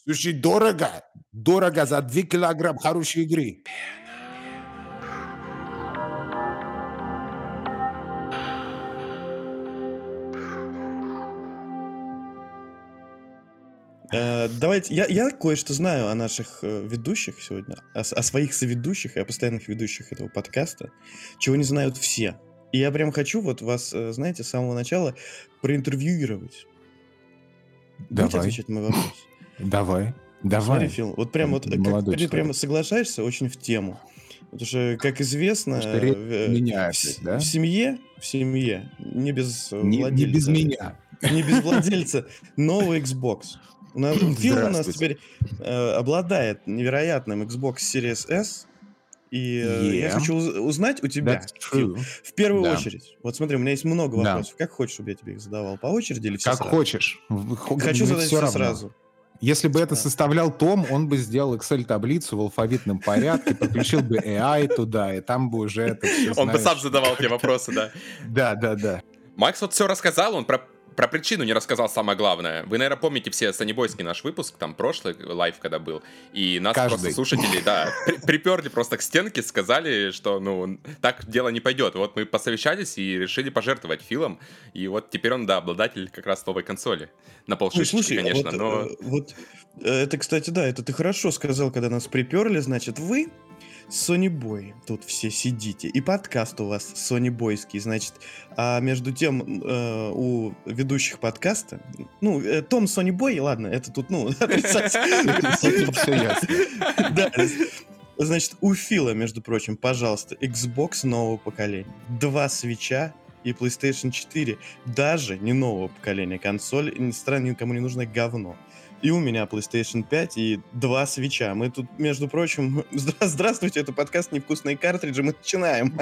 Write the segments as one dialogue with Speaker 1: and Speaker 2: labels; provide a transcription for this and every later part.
Speaker 1: Слушай, дорого. Дорого за 2 килограмм хорошей игры.
Speaker 2: Давайте, я кое-что знаю о наших ведущих сегодня, о своих соведущих и о постоянных ведущих этого подкаста, чего не знают все. И я прям хочу вот вас, знаете, с самого начала проинтервьюировать. Будете
Speaker 1: Давай,
Speaker 2: отвечать на мой вопрос?
Speaker 1: давай,
Speaker 2: Смотри,
Speaker 1: давай.
Speaker 2: Фил, вот прям вот,
Speaker 1: Молодой
Speaker 2: ты прямо
Speaker 1: человек.
Speaker 2: соглашаешься очень в тему. Потому что, как известно,
Speaker 1: Потому что речь меня
Speaker 2: в
Speaker 1: опять, да?
Speaker 2: семье, не без
Speaker 1: Не без
Speaker 2: владельца,
Speaker 1: меня.
Speaker 2: не без владельца новый Xbox. Фил у нас
Speaker 1: Здравствуйте.
Speaker 2: теперь обладает невероятным Xbox Series S. И я
Speaker 1: Yeah,
Speaker 2: хочу узнать у тебя,
Speaker 1: that's
Speaker 2: Фил,
Speaker 1: true.
Speaker 2: в первую
Speaker 1: Да,
Speaker 2: очередь. Вот смотри, у меня есть много
Speaker 1: да.
Speaker 2: вопросов. Как хочешь, чтобы я тебе их задавал? По очереди или все
Speaker 1: Как
Speaker 2: сразу?
Speaker 1: хочешь.
Speaker 2: Хочу
Speaker 1: Мне
Speaker 2: задать
Speaker 1: все
Speaker 2: все
Speaker 1: равно.
Speaker 2: сразу.
Speaker 1: Если бы это
Speaker 2: А.
Speaker 1: составлял Том, он бы сделал Excel-таблицу в алфавитном порядке, подключил бы AI туда, и там бы уже это все,
Speaker 3: Он бы сам
Speaker 1: знаешь,
Speaker 3: задавал тебе вопросы, да.
Speaker 1: Да.
Speaker 3: Макс вот все рассказал, он про причину не рассказал самое главное. Вы, наверное, помните все санебойский наш выпуск, там прошлый лайв, когда был, и нас
Speaker 1: Каждый.
Speaker 3: просто слушатели, да, приперли просто к стенке, сказали, что, ну, так дело не пойдет. Вот мы посовещались и решили пожертвовать Филом, и вот теперь он, да, обладатель как раз новой консоли. На полшишечки,
Speaker 2: Слушай,
Speaker 3: конечно, но...
Speaker 2: вот это, кстати, да, это ты хорошо сказал, когда нас приперли, значит, вы, Sony Boy, тут все сидите, и подкаст у вас Sony Boyский, значит, а между тем у ведущих подкаста, ну, Том Sony Boy, ладно, это тут, ну, отрицать.
Speaker 1: С этим все ясно.
Speaker 2: Да, значит, у Фила, между прочим, пожалуйста, Xbox нового поколения, 2 свитча и PlayStation 4, даже не нового поколения консоль, странно, никому не нужно говно. И у меня PlayStation 5 и 2 свитча. Мы тут, между прочим, здравствуйте, это подкаст «Невкусные картриджи», мы начинаем.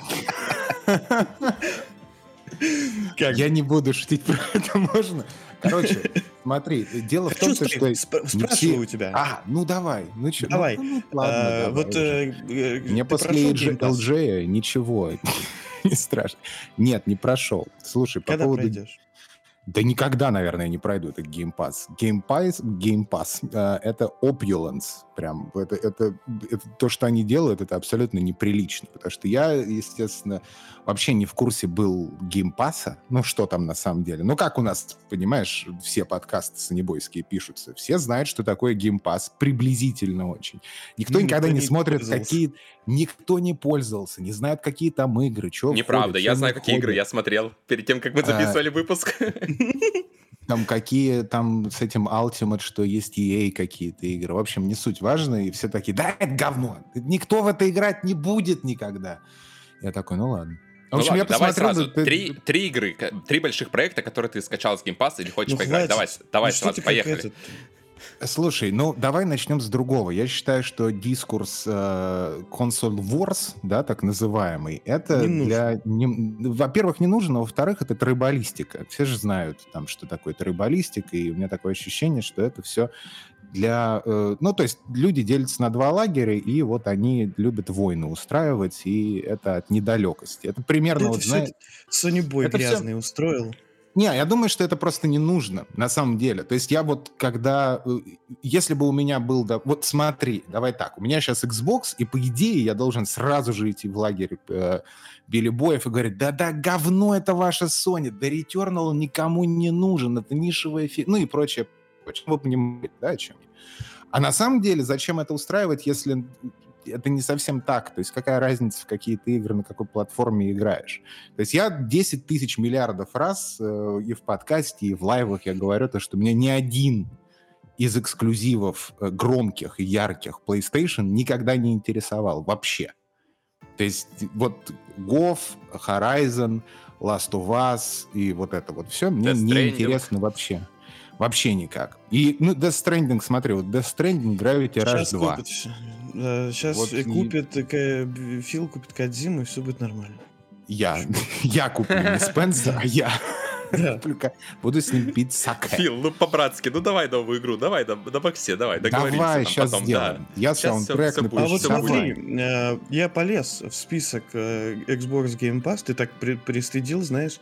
Speaker 2: Как?
Speaker 1: Я не буду шутить про это, можно? Короче, смотри, дело в том, что...
Speaker 2: Спрашиваю у тебя.
Speaker 1: Ну давай, ну что?
Speaker 2: Давай.
Speaker 1: Ну ладно, давай
Speaker 2: Вот
Speaker 1: уже. Мне
Speaker 2: ты
Speaker 1: после
Speaker 2: прошел Game Pass?
Speaker 1: LG ничего не страшно. Нет, не прошел. Слушай, по
Speaker 2: Когда
Speaker 1: поводу...
Speaker 2: пройдешь?
Speaker 1: Да никогда, наверное, не пройду этот Game Pass. Game Pass это opulence. Прям. Это то, что они делают, это абсолютно неприлично. Потому что я, естественно, вообще не в курсе был Game Pass'а. Ну, что там на самом деле. Ну, как у нас, понимаешь, все подкасты санебойские пишутся. Все знают, что такое Game Pass. Приблизительно очень. Никто никогда не смотрит, какие... Никто не пользовался, не знает, какие там игры, что
Speaker 3: Неправда, я знаю, какие игры я смотрел перед тем, как мы записывали выпуск.
Speaker 1: Там какие там с этим Ultimate, что есть EA какие-то игры. В общем, не суть важно. И все такие, да, это говно. Никто в это играть не будет никогда. Я такой, ну ладно. В общем, я
Speaker 3: давай
Speaker 1: посмотрел...
Speaker 3: сразу. Три игры, 3 больших проекта, которые ты скачал с Game Pass или хочешь
Speaker 2: Ну,
Speaker 3: поиграть.
Speaker 2: хватит.
Speaker 3: Давай
Speaker 2: Ну, что
Speaker 3: сразу,
Speaker 2: ты как
Speaker 3: поехали.
Speaker 2: этот?
Speaker 1: Слушай, ну давай начнем с другого. Я считаю, что дискурс Console Wars, да, так называемый, это
Speaker 2: Не
Speaker 1: для... Во-первых, не нужно, а во-вторых, это тройболистика. Все же знают, там, что такое тройболистика, и у меня такое ощущение, что это все для... ну, то есть люди делятся на 2 лагеря, и вот они любят войны устраивать, и это от недалекости. Это примерно...
Speaker 2: Это
Speaker 1: вот,
Speaker 2: все
Speaker 1: знаешь,
Speaker 2: Sony Boy
Speaker 1: это всё-
Speaker 2: грязный устроил.
Speaker 1: Не, я думаю, что это просто не нужно, на самом деле. То есть я вот когда... Если бы у меня был... Вот смотри, давай так. У меня сейчас Xbox, и по идее я должен сразу же идти в лагерь Билли Боев и говорить, да-да, говно это ваша Sony, да Returnal никому не нужен, это нишевая ну и прочее. Вы понимаете, да, о чем я? А на самом деле, зачем это устраивать, если... Это не совсем так. То есть какая разница, в какие ты игры, на какой платформе играешь. То есть я 10 тысяч миллиардов раз и в подкасте, и в лайвах я говорю, то, что меня ни один из эксклюзивов громких и ярких PlayStation никогда не интересовал вообще. То есть вот GoF, Horizon, Last of Us и вот это вот все мне не интересно вообще. Вообще никак. И, ну, Death Stranding, смотри, вот Death Stranding, Gravity Rush 2.
Speaker 2: Сейчас
Speaker 1: Вот
Speaker 2: Фил купит Кодзиму, и все будет нормально.
Speaker 1: Я куплю не Спенсер, а я. Буду с ним пить саке.
Speaker 3: Фил, ну по-братски, ну давай новую игру, давай на боксе, давай, договоримся.
Speaker 1: Давай, сейчас сделаем. Я саундтрек напишу.
Speaker 2: А вот смотри, я полез в список Xbox Game Pass, ты так пристыдил, знаешь,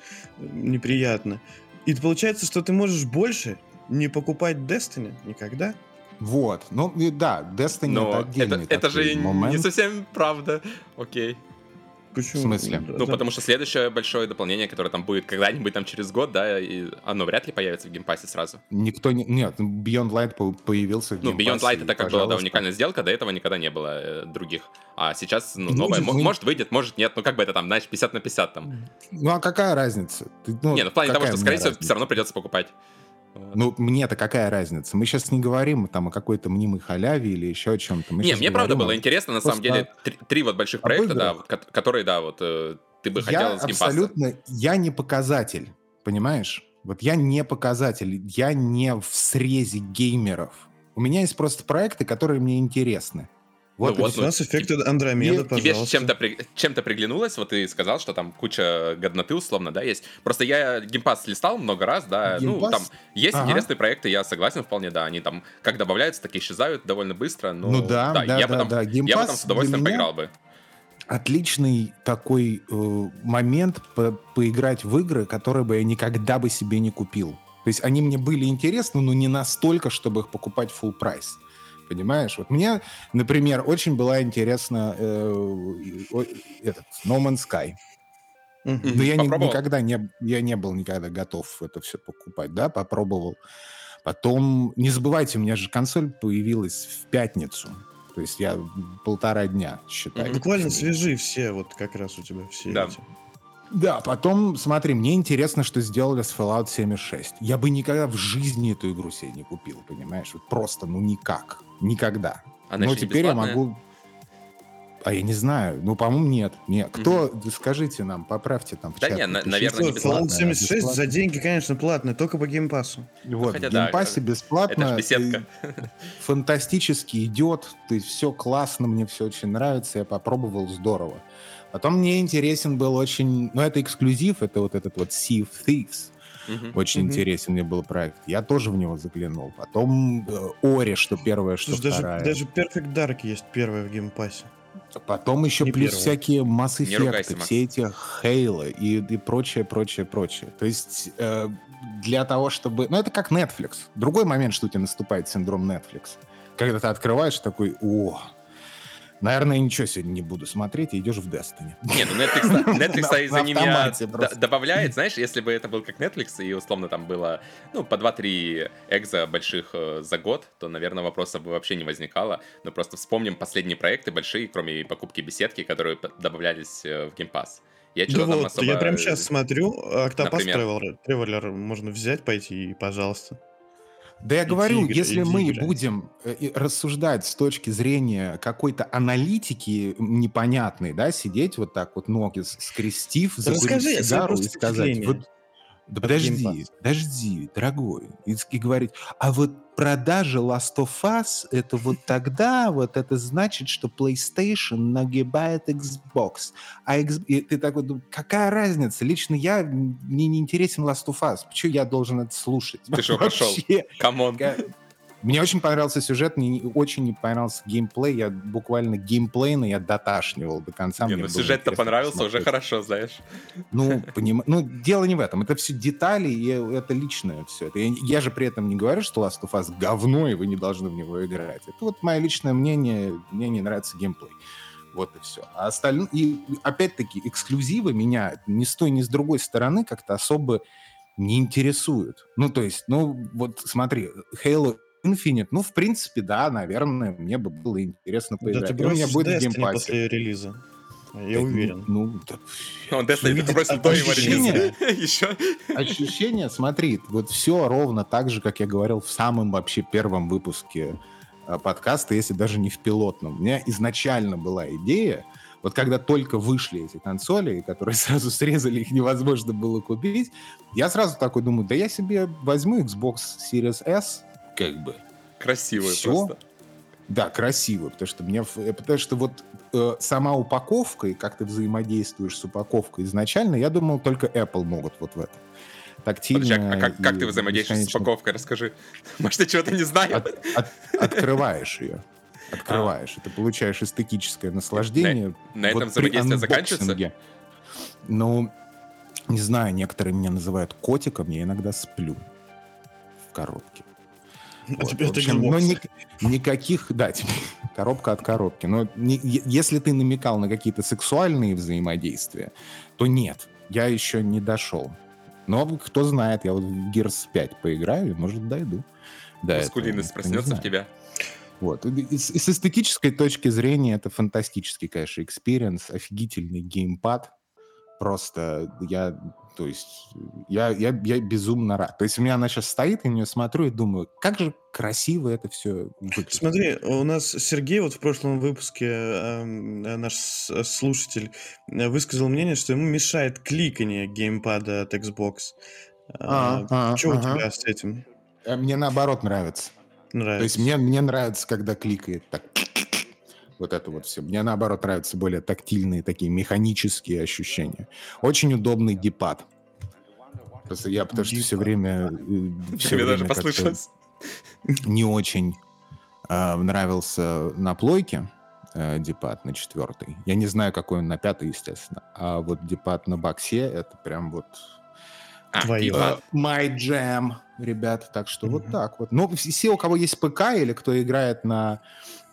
Speaker 2: неприятно. И получается, что ты можешь больше не покупать Destiny никогда?
Speaker 1: Вот. Ну, и да, Destiny — это
Speaker 3: Но
Speaker 1: отдельный
Speaker 3: это же
Speaker 1: такой
Speaker 3: не
Speaker 1: момент.
Speaker 3: совсем правда. Окей.
Speaker 2: Почему?
Speaker 1: В смысле?
Speaker 3: Ну, потому что следующее большое дополнение, которое там будет когда-нибудь там через год, да, и оно вряд ли появится в геймпассе сразу.
Speaker 1: Никто не... Нет, Beyond Light появился в
Speaker 3: Ну,
Speaker 1: геймпассе.
Speaker 3: Beyond Light это как была, да,
Speaker 1: пожалуйста.
Speaker 3: уникальная сделка, до этого никогда не было других. А сейчас, ну,
Speaker 1: Ну,
Speaker 3: новая,
Speaker 1: вы-
Speaker 3: может выйдет, может нет, ну, как бы это там, знаешь, 50 на 50 там.
Speaker 1: Ну, а какая разница?
Speaker 3: Не, ну, в плане того,
Speaker 1: какая
Speaker 3: что,
Speaker 1: мне
Speaker 3: скорее всего,
Speaker 1: разница?
Speaker 3: все равно придется покупать. Вот.
Speaker 1: Ну, мне-то какая разница? Мы сейчас не говорим там о какой-то мнимой халяве или еще о чем-то. Мы
Speaker 3: Не,
Speaker 1: щас
Speaker 3: мне правда
Speaker 1: говорим
Speaker 3: было
Speaker 1: о-
Speaker 3: интересно, на самом деле, три вот больших проекта, да,
Speaker 1: играх.
Speaker 3: вот, которые, да, вот, ты бы хотел с геймпасса.
Speaker 1: абсолютно... Я не показатель, понимаешь? Вот я не показатель, я не в срезе геймеров. У меня есть просто проекты, которые мне интересны. Вот
Speaker 3: Ну
Speaker 1: и
Speaker 3: вот,
Speaker 1: всё.
Speaker 2: У нас эффект Андромеда,
Speaker 3: Тебе
Speaker 2: пожалуйста.
Speaker 3: чем-то приглянулось, вот ты сказал, что там куча годноты условно, да, есть. Просто я геймпасс листал много раз, да, ну,
Speaker 1: Геймпасс?
Speaker 3: там есть
Speaker 1: Ага.
Speaker 3: интересные проекты, я согласен вполне, да, они там как добавляются, так и исчезают довольно быстро, но
Speaker 1: Ну да, да,
Speaker 3: я бы
Speaker 1: да,
Speaker 3: там,
Speaker 1: да.
Speaker 3: я бы
Speaker 1: Геймпасс
Speaker 3: там с удовольствием
Speaker 1: для меня
Speaker 3: поиграл бы.
Speaker 1: отличный такой момент поиграть в игры, которые бы я никогда бы себе не купил. То есть они мне были интересны, но не настолько, чтобы их покупать full прайс. Понимаешь? Вот мне, например, очень была интересна этот No Man's Sky.
Speaker 2: Мгм.
Speaker 1: Но я
Speaker 3: Попробовал?
Speaker 1: никогда не был никогда готов это все покупать, да, попробовал. Потом, не забывайте, у меня же консоль появилась в пятницу. То есть я 1,5 дня, считай.
Speaker 2: Буквально свежи все, вот как раз у тебя все
Speaker 3: Да.
Speaker 2: эти.
Speaker 1: Да, потом, смотри, мне интересно, что сделали с Fallout 76. Я бы никогда в жизни эту игру себе не купил, понимаешь? Вот просто, ну никак. Никогда.
Speaker 3: Она
Speaker 1: Но
Speaker 3: еще не
Speaker 1: теперь я
Speaker 3: бесплатная?
Speaker 1: могу... А я не знаю. Ну, по-моему, нет. Нет. Кто, скажите нам, поправьте там в
Speaker 3: Да
Speaker 1: чат.
Speaker 3: не,
Speaker 1: напишите.
Speaker 3: наверное, не
Speaker 2: Fallout
Speaker 3: бесплатно.
Speaker 2: 76 за деньги, конечно, платный, только по геймпасу.
Speaker 1: Вот,
Speaker 3: хотя
Speaker 1: в
Speaker 3: да,
Speaker 1: геймпассе бесплатно.
Speaker 3: Это же беседка.
Speaker 1: Фантастически идет. То есть все классно, мне все очень нравится. Я попробовал, здорово. Потом мне интересен был очень... Ну, это эксклюзив, это вот этот вот Sea of Thieves.
Speaker 3: Мгм.
Speaker 1: Очень
Speaker 2: Мгм.
Speaker 1: интересен мне был проект. Я тоже в него заглянул. Потом Ори, что первое, что
Speaker 2: Слушай,
Speaker 1: вторая.
Speaker 2: даже Perfect Dark есть первая в геймпассе.
Speaker 1: Потом еще
Speaker 2: Не
Speaker 1: плюс
Speaker 2: первая.
Speaker 1: всякие Mass
Speaker 3: Не ругайся,
Speaker 1: Effect,
Speaker 3: Макс.
Speaker 1: все эти Halo и прочее, прочее, прочее. То есть для того, чтобы... Ну, это как Netflix. Другой момент, что у тебя наступает синдром Netflix. Когда ты открываешь такой, наверное, ничего сегодня не буду смотреть, и идешь в Destiny.
Speaker 3: Не, ну Netflix
Speaker 1: На
Speaker 3: из-за ними
Speaker 1: автомате просто.
Speaker 3: добавляет, знаешь, если бы это был как Netflix, и условно там было, ну, по 2-3 экза больших за год, то, наверное, вопросов бы вообще не возникало. Но просто вспомним последние проекты большие, кроме покупки беседки, которые добавлялись в Game Pass. Я
Speaker 2: Да
Speaker 3: что-то там
Speaker 2: вот,
Speaker 3: особо...
Speaker 2: я прям сейчас смотрю, Octopath
Speaker 3: Например?
Speaker 2: Traveler можно взять, пойти, и пожалуйста.
Speaker 1: Да я говорю,
Speaker 2: Иди
Speaker 1: если мы
Speaker 2: играй.
Speaker 1: будем рассуждать с точки зрения какой-то аналитики непонятной, да, сидеть вот так вот ноги скрестив, закурить
Speaker 2: Расскажи о своем
Speaker 1: сигару и
Speaker 2: просто
Speaker 1: сказать,
Speaker 2: впечатлении
Speaker 1: вот, да
Speaker 2: от
Speaker 1: подожди,
Speaker 2: Game Pass.
Speaker 1: подожди, дорогой, и говорить, а вот продажа Last of Us, это вот тогда, вот это значит, что PlayStation нагибает Xbox. И ты такой, какая разница? Лично мне не интересен Last of Us. Почему я должен это слушать?
Speaker 3: Ты что, пошел?
Speaker 1: Вообще.
Speaker 3: Камон.
Speaker 1: Мне очень понравился сюжет, мне очень не понравился геймплей. Я буквально геймплейно я доташнивал до конца.
Speaker 3: Не,
Speaker 1: Мне
Speaker 3: ну
Speaker 1: было
Speaker 3: сюжет-то
Speaker 1: интересно
Speaker 3: понравился, уже
Speaker 1: посмотреть.
Speaker 3: хорошо, знаешь.
Speaker 1: Ну, дело не в этом. Это все детали, и это личное все. Я же при этом не говорю, что Last of Us говно, и вы не должны в него играть. Это вот мое личное мнение. Мне не нравится геймплей. Вот и все. А остальное... И опять-таки, эксклюзивы меня ни с той, ни с другой стороны как-то особо не интересуют. Ну, то есть, ну, вот смотри, Halo Infinite, ну, в принципе, да, наверное, мне бы было интересно
Speaker 2: Да
Speaker 1: поиграть.
Speaker 2: ты
Speaker 1: И у меня
Speaker 2: бросишь
Speaker 1: будет в
Speaker 2: Destiny
Speaker 1: геймпассе.
Speaker 2: после релиза. Я
Speaker 1: Да,
Speaker 2: уверен.
Speaker 1: Ну, да,
Speaker 3: Он Destiny
Speaker 2: Увидит
Speaker 3: бросил до его
Speaker 1: ощущение.
Speaker 3: релиза. Еще.
Speaker 1: ощущение, смотри, вот все ровно так же, как я говорил в самом вообще первом выпуске подкаста, если даже не в пилотном. У меня изначально была идея, вот когда только вышли эти консоли, которые сразу срезали, их невозможно было купить, я сразу такой думаю, да я себе возьму Xbox Series S, как бы.
Speaker 3: Красивый
Speaker 1: Всё.
Speaker 3: просто.
Speaker 1: Да, красиво, потому что вот сама упаковка и как ты взаимодействуешь с упаковкой изначально, я думал, только Apple могут вот в это. Тактильно.
Speaker 3: Подожди, а как ты взаимодействуешь с
Speaker 1: бесконечно
Speaker 3: упаковкой? Расскажи. Может, я чего-то не знаю?
Speaker 1: Открываешь ее. Открываешь, и ты получаешь эстетическое наслаждение.
Speaker 3: На этом
Speaker 1: Вот при
Speaker 3: взаимодействие заканчивается?
Speaker 1: анбоксинге. Ну, не знаю, некоторые меня называют котиком, я иногда сплю в коробке.
Speaker 2: А
Speaker 1: Вот,
Speaker 2: теперь
Speaker 1: в
Speaker 2: это
Speaker 1: общем,
Speaker 2: Xbox.
Speaker 1: никаких, да, коробка от коробки. Но если ты намекал на какие-то сексуальные взаимодействия, то нет, я еще не дошел. Но кто знает, я вот в Gears 5 поиграю, и, может, дойду до этого.
Speaker 3: Маскулинность
Speaker 1: Никто не
Speaker 3: проснется в
Speaker 1: знает.
Speaker 3: тебя.
Speaker 1: Вот. И с эстетической точки зрения это фантастический, конечно, экспириенс, офигительный геймпад. Просто то есть, я безумно рад. То есть у меня она сейчас стоит, я на нее смотрю и думаю, как же красиво это все выглядит.
Speaker 2: Смотри, у нас Сергей вот в прошлом выпуске, наш слушатель, высказал мнение, что ему мешает кликание геймпада от Xbox. Что у тебя с этим
Speaker 1: Мне наоборот нравится. То есть
Speaker 2: нравится?
Speaker 1: мне нравится, когда кликает так. Вот это вот все. Мне наоборот нравятся более тактильные такие механические ощущения. Очень удобный геймпад. Потому что все
Speaker 2: Геймпад.
Speaker 3: Мне даже
Speaker 1: время как-то
Speaker 3: послышалось.
Speaker 1: не очень нравился на плойке дипад на 4. Я не знаю, какой он на 5, естественно. А вот дипад на боксе это прям вот
Speaker 2: Твоё.
Speaker 3: Типа,
Speaker 1: my jam, ребята. Так что вот так вот. Но все, у кого есть ПК или кто играет на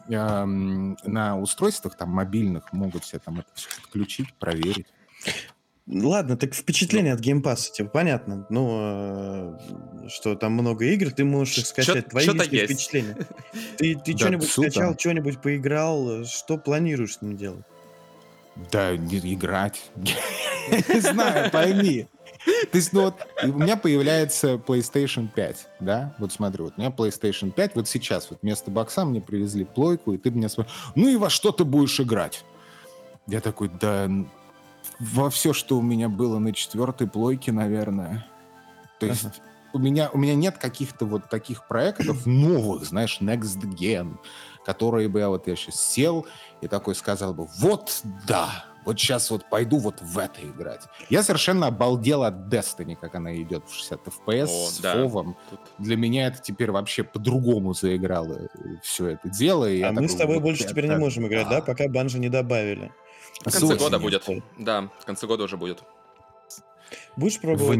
Speaker 1: устройствах там мобильных, могут себе там это все подключить, проверить.
Speaker 2: Ладно, так впечатление от геймпасса, типа, понятно. Ну, что там много игр, ты можешь их скачать. Твои
Speaker 3: Чё-то
Speaker 2: личные
Speaker 3: есть.
Speaker 2: впечатления. Ты
Speaker 1: Да,
Speaker 2: что-нибудь
Speaker 1: супер.
Speaker 2: скачал, что-нибудь поиграл, что планируешь с ним делать?
Speaker 1: Да, играть. Я не знаю, пойми. То есть, у меня появляется PlayStation 5, да? Вот смотри, вот у меня PlayStation 5, вот сейчас, вот вместо бокса мне привезли плойку, и ты меня спрашиваешь, ну и во что ты будешь играть? Я такой, да во все, что у меня было на 4 плойке, наверное. То есть у меня нет каких-то вот таких проектов новых, знаешь, Next Gen, которые бы я сейчас сел и такой сказал бы, вот да, вот сейчас вот пойду вот в это играть. Я совершенно обалдел от Destiny, как она идет в 60 FPS с фовом. Для меня это теперь вообще по-другому заиграло все это дело. И
Speaker 2: А мы с тобой больше теперь не можем играть, да? Пока банжи не добавили.
Speaker 3: В конце года будет. Да, в конце года уже будет.
Speaker 2: Будешь пробовать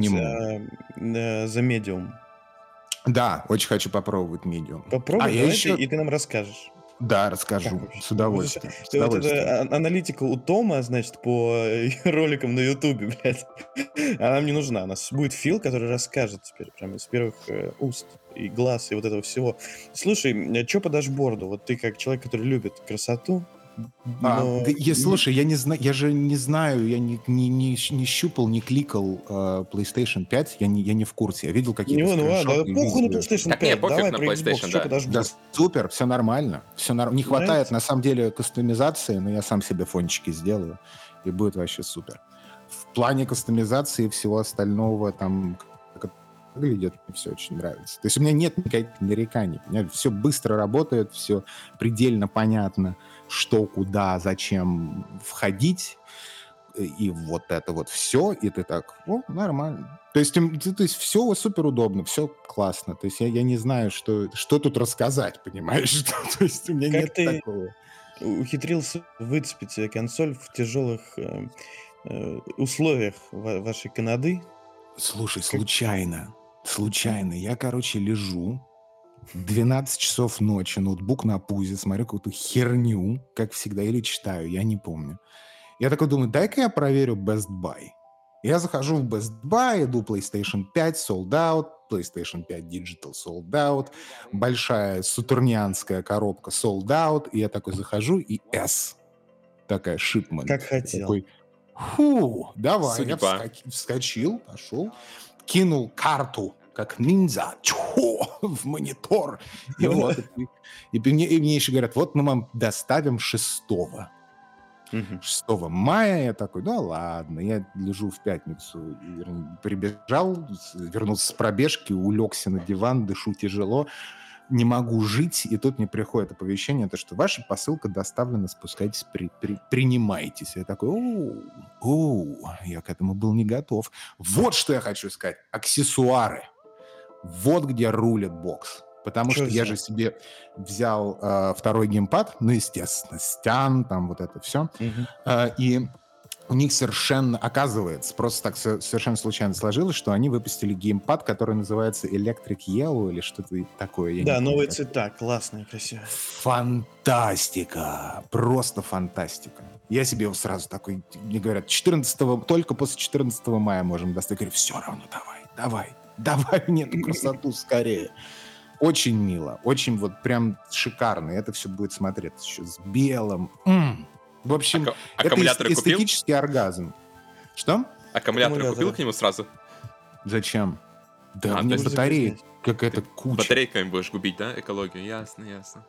Speaker 2: за Medium?
Speaker 1: Да, очень хочу попробовать Medium.
Speaker 2: Попробуй, и ты нам расскажешь.
Speaker 1: Да, расскажу. С удовольствием.
Speaker 2: Ты вот эта аналитика у Тома, значит, по роликам на Ютубе, блядь, она мне нужна. У нас будет Фил, который расскажет теперь прямо из первых уст и глаз, и вот этого всего. Слушай, что по дашборду? Вот ты как человек, который любит красоту,
Speaker 1: слушай, я не знаю, я же не знаю, я не щупал, не кликал PlayStation 5, я не в курсе. Я видел какие-то скриншоты.
Speaker 2: Похуй на PlayStation 5,
Speaker 3: так
Speaker 2: давай
Speaker 3: на
Speaker 2: про Xbox,
Speaker 3: PlayStation,
Speaker 2: что по дашборду?
Speaker 1: Да, супер, все нормально. Не хватает, на самом деле, кастомизации, но я сам себе фончики сделаю, и будет вообще супер. В плане кастомизации и всего остального, там, как это выглядит, мне все очень нравится. То есть у меня нет никаких нареканий. У меня все быстро работает, все предельно понятно, что, куда, зачем входить, и вот это вот все, и ты так, нормально. То есть все супер удобно, все классно. То есть я не знаю, что тут рассказать, понимаешь? То есть у меня нет такого.
Speaker 2: Ухитрился выцепить консоль в тяжелых условиях вашей Канады?
Speaker 1: Слушай, случайно, я, лежу, 12 часов ночи, ноутбук на пузе, смотрю какую-то херню, как всегда, или читаю, я не помню. Я такой думаю, дай-ка я проверю Best Buy. Я захожу в Best Buy, иду PlayStation 5 sold out, PlayStation 5 Digital sold out, большая сатурнианская коробка sold out, и я такой захожу, и S. Такая shipment.
Speaker 2: Как хотел.
Speaker 1: Такой, давай.
Speaker 3: Судьба.
Speaker 1: Я вскочил, пошел, кинул карту, как ниндзя, в монитор. И вот. И мне еще говорят, вот мы вам доставим 6 мая. Я такой, да ладно. Я лежу в пятницу, прибежал, вернулся с пробежки, улегся на диван, дышу тяжело, не могу жить. И тут мне приходит оповещение, что ваша посылка доставлена, спускайтесь, принимайтесь. Я такой, я к этому был не готов. Вот что я хочу сказать. Аксессуары. Вот где рулит бокс. Потому что я же себе взял второй геймпад, естественно, стян, там вот это все. И у них совершенно, оказывается, просто так совершенно случайно сложилось, что они выпустили геймпад, который называется Electric Yellow или что-то такое. Я
Speaker 2: Да,
Speaker 1: не
Speaker 2: новые
Speaker 1: помню.
Speaker 2: цвета, классные, красивые.
Speaker 1: Фантастика! Просто фантастика. Я себе его сразу такой, мне говорят, только после 14 мая можем достать. Я говорю, все равно давай мне эту красоту скорее. Очень мило, очень вот прям шикарно. Это все будет смотреться еще с белым. В общем,
Speaker 3: Аккумуляторы
Speaker 1: это эстетический оргазм. Что?
Speaker 3: Аккумуляторы купил к нему сразу?
Speaker 1: Зачем? Да,
Speaker 3: А,
Speaker 1: мне
Speaker 3: то есть
Speaker 1: батареи какая-то куча.
Speaker 3: Батарейками будешь губить, да, экологию? Ясно.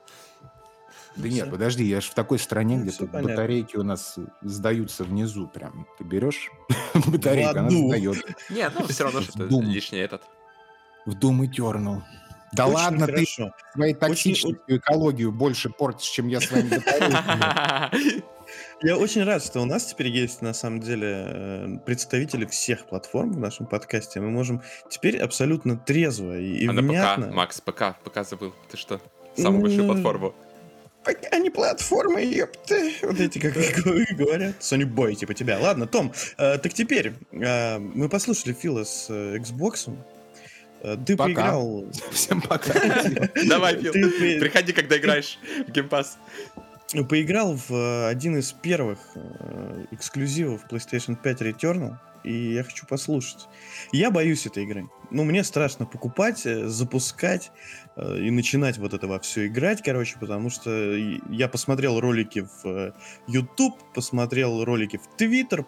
Speaker 1: Да нет, подожди, я же в такой стране, где
Speaker 2: всё
Speaker 1: тут
Speaker 2: понятно.
Speaker 1: батарейки у нас сдаются внизу прям. Ты берешь батарейку, она
Speaker 2: аду.
Speaker 1: сдает
Speaker 3: Нет, ну все равно что-то
Speaker 1: Дум.
Speaker 3: лишнее этот.
Speaker 1: в Doom Eternal. Да
Speaker 2: Очень
Speaker 1: ладно, ты
Speaker 2: хорошо.
Speaker 1: своей токсичностью экологию больше портишь, чем я своими батарейками.
Speaker 2: Я очень рад, что у нас теперь есть, на самом деле, представители всех платформ в нашем подкасте. Мы можем теперь абсолютно трезво и
Speaker 3: А на
Speaker 2: внятно...
Speaker 3: ПК, Макс, ПК забыл. Ты что? Самую большую платформу.
Speaker 2: Пока не платформы, ёпты. Вот эти, как говорят. Sony Boy, типа тебя. Ладно, Том, так теперь мы послушали Фила с Xbox. Ты
Speaker 1: Пока.
Speaker 2: поиграл...
Speaker 1: Всем пока.
Speaker 3: Давай, Фил,
Speaker 2: Ты-
Speaker 3: приходи, когда играешь в геймпас.
Speaker 2: Поиграл в один из первых эксклюзивов PlayStation 5 Returnal, и я хочу послушать. Я боюсь этой игры. Ну, мне страшно покупать, запускать и начинать вот это во все играть, короче, потому что я посмотрел ролики в YouTube, посмотрел ролики в Twitter,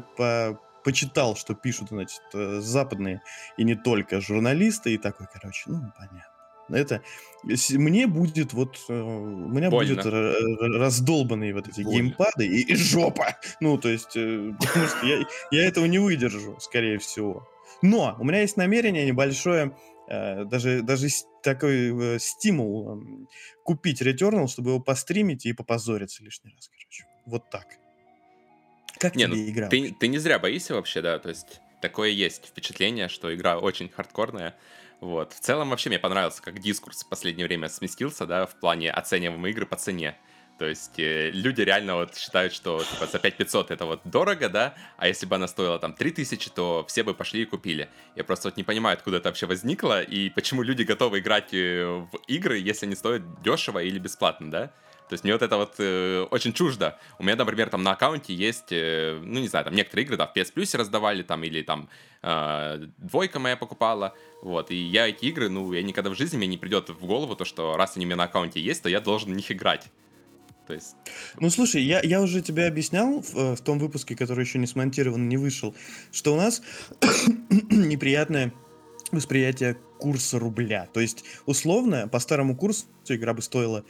Speaker 2: почитал, что пишут, значит, западные и не только журналисты, и такой, короче, ну, понятно. Это мне будет вот у меня
Speaker 3: Больно.
Speaker 2: будет раздолбанные вот эти
Speaker 1: Больно.
Speaker 2: геймпады и жопа. Ну, то есть, потому что я этого не выдержу, скорее всего. Но у меня есть намерение небольшое, даже такой стимул купить Returnal, чтобы его постримить и попозориться лишний раз, короче. Вот так. Как
Speaker 3: Не,
Speaker 2: тебе
Speaker 3: ну
Speaker 2: игра?
Speaker 3: ты не зря боишься вообще, да, то есть такое есть впечатление, что игра очень хардкорная. Вот. В целом вообще мне понравился, как дискурс в последнее время сместился, да, в плане оцениваемой игры по цене. То есть люди реально вот считают, что типа, за 5500 это вот дорого, да, а если бы она стоила там 3000, то все бы пошли и купили. Я просто вот не понимаю, откуда это вообще возникло, и почему люди готовы играть в игры, если они стоят дешево или бесплатно, да. То есть мне вот это вот очень чуждо. У меня, например, там на аккаунте есть, ну не знаю, там некоторые игры, да, в PS Plus раздавали, там, или там двойка моя покупала, вот, и я эти игры, ну, я никогда в жизни мне не придет в голову то, что раз они у меня на аккаунте есть, то я должен в них играть. То есть...
Speaker 2: Ну, слушай, я уже тебе объяснял в том выпуске, который еще не смонтирован, не вышел, что у нас неприятное восприятие курса рубля. То есть, условно, по старому курсу игра бы стоила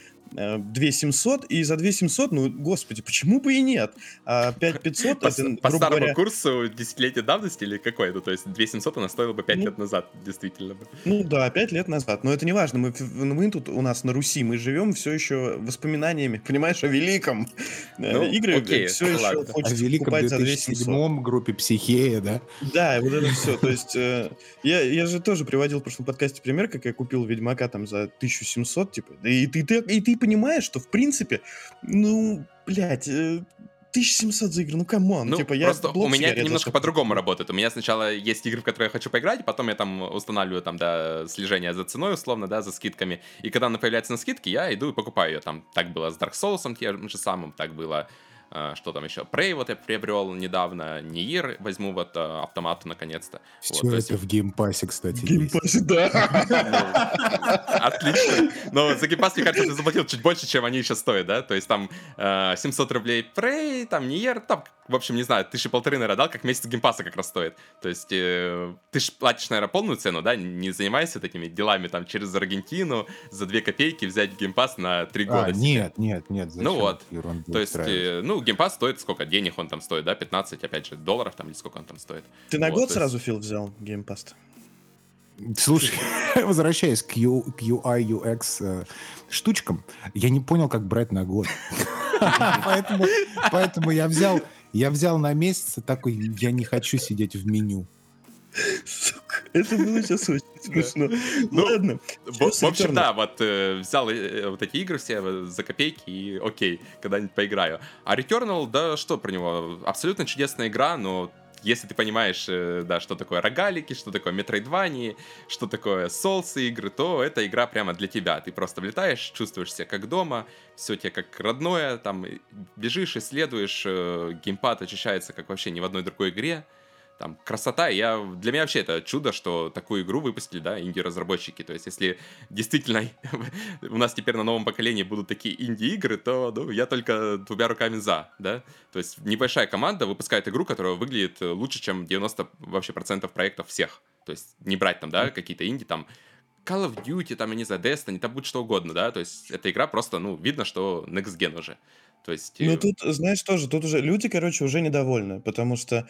Speaker 2: 2700, и за 2700, ну, господи, почему бы и нет? А 5500,
Speaker 3: По
Speaker 2: это, грубо
Speaker 3: старому
Speaker 2: говоря...
Speaker 3: курсу десятилетия давности или какой это? То есть 2700 она стоила бы 5 лет назад, действительно бы.
Speaker 2: Ну да, 5 лет назад. Но это не важно. Мы тут у нас на Руси, мы живем все еще воспоминаниями, понимаешь, о великом.
Speaker 3: Ну,
Speaker 2: Игры
Speaker 3: окей,
Speaker 2: все еще
Speaker 3: ладно.
Speaker 1: О
Speaker 2: хочется
Speaker 1: великом
Speaker 2: покупать за 2700.
Speaker 1: 2007 группе Психея, да?
Speaker 2: Да, вот это все. То есть я же тоже приводил в прошлом подкасте пример, как я купил Ведьмака там за 1700, типа. И ты понимаешь, что в принципе, ну, блядь, 1700 за игру, ну камон.
Speaker 3: Ну,
Speaker 2: типа, я
Speaker 3: просто у меня это
Speaker 2: сигарет
Speaker 3: немножко
Speaker 2: за
Speaker 3: по-другому работает. У меня сначала есть игры, в которые я хочу поиграть, потом я там устанавливаю там, да, слежение за ценой, условно, да, за скидками. И когда она появляется на скидке, я иду и покупаю ее. Там так было с Dark Souls тем же самым, так было... Что там еще? Prey вот я приобрел недавно, Nier возьму вот автомату наконец-то.
Speaker 1: Все
Speaker 3: Вот, то есть-
Speaker 1: это в геймпассе, кстати, есть.
Speaker 2: Геймпассе, да.
Speaker 3: Отлично. Но за геймпасс, мне кажется, ты заплатил чуть больше, чем они сейчас стоят, да? То есть там 700 рублей Prey, там Nier, там, в общем, не знаю, 1500, наверное, дал, как месяц геймпасса как раз стоит. То есть ты ж платишь, наверное, полную цену, да? Не занимайся такими делами там через Аргентину за 2 копейки взять геймпасс на 3 года. себе.
Speaker 1: Нет, зачем
Speaker 3: Ну вот.
Speaker 1: ерунду
Speaker 3: То есть,
Speaker 1: устраивать?
Speaker 3: ну, геймпасс стоит сколько? Денег он там стоит, да? 15, опять же, долларов там, или сколько он там стоит.
Speaker 2: Ты на
Speaker 3: Вот,
Speaker 2: год
Speaker 3: то есть-
Speaker 2: сразу, Фил, взял геймпасс?
Speaker 1: Слушай, возвращаясь к UI, UX штучкам, я не понял, как брать на год. Поэтому я взял на месяц и такой, я не хочу сидеть в меню.
Speaker 2: Сука, это было сейчас очень Смешно.
Speaker 3: Ну,
Speaker 2: Ладно.
Speaker 3: В общем, да, вот взял вот эти игры все за копейки и окей, когда-нибудь поиграю. А Returnal, да, что про него? Абсолютно чудесная игра, но если ты понимаешь, да, что такое рогалики, что такое метроидвании, что такое Souls игры, то эта игра прямо для тебя. Ты просто влетаешь, чувствуешь себя как дома, все тебе как родное, там бежишь, исследуешь, геймпад очищается как вообще ни в одной другой игре. Там красота, для меня вообще это чудо, что такую игру выпустили, да, инди-разработчики. То есть, если действительно у нас теперь на новом поколении будут такие инди-игры, то ну, я только двумя руками за, да. То есть, небольшая команда выпускает игру, которая выглядит лучше, чем 90% вообще процентов проектов всех. То есть, не брать там, да, какие-то инди, там, Call of Duty, там, я не знаю, Destiny, там будет что угодно, да. То есть, эта игра просто, ну, видно, что next gen уже. То есть...
Speaker 2: Ну, тут, знаешь, тоже, тут уже люди, короче, уже недовольны, потому что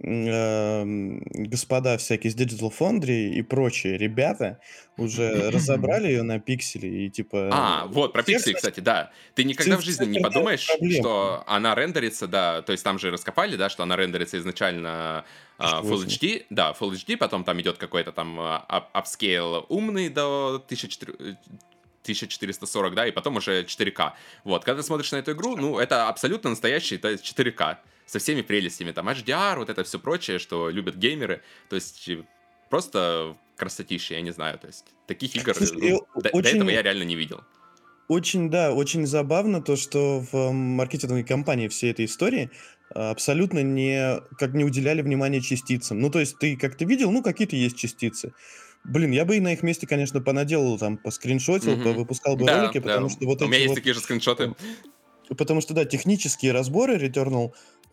Speaker 2: господа всякие с Digital Foundry и прочие ребята уже разобрали ее на пиксели и типа...
Speaker 3: Вот, про
Speaker 2: всех,
Speaker 3: пиксели,
Speaker 2: значит,
Speaker 3: кстати, да. Ты никогда в
Speaker 2: всех
Speaker 3: жизни не
Speaker 2: терзают
Speaker 3: подумаешь,
Speaker 2: проблемы.
Speaker 3: что она рендерится, да, то есть там же раскопали, да, что она рендерится изначально Full
Speaker 2: 1080.
Speaker 3: HD, да, Full HD, потом там идет какой-то там апскейл умный до 1440, да, и потом уже 4К. Вот, когда ты смотришь на эту игру, ну, это абсолютно настоящий, то есть 4К, со всеми прелестями, там, HDR, вот это все прочее, что любят геймеры, то есть просто красотища, я не знаю, то есть таких игр
Speaker 2: Слушай,
Speaker 3: ну, до этого
Speaker 2: очень,
Speaker 3: я реально не видел.
Speaker 2: очень, да, очень забавно то, что в маркетинговой кампании всей этой истории абсолютно не уделяли внимания частицам. Ну, то есть ты как-то видел, ну, какие-то есть частицы. Блин, я бы и на их месте, конечно, понаделал, там, поскриншотил, выпускал бы
Speaker 3: Да,
Speaker 2: ролики,
Speaker 3: да.
Speaker 2: потому что вот
Speaker 3: У меня
Speaker 2: эти
Speaker 3: есть
Speaker 2: вот...
Speaker 3: такие же скриншоты.
Speaker 2: Потому что, да, технические разборы Returnal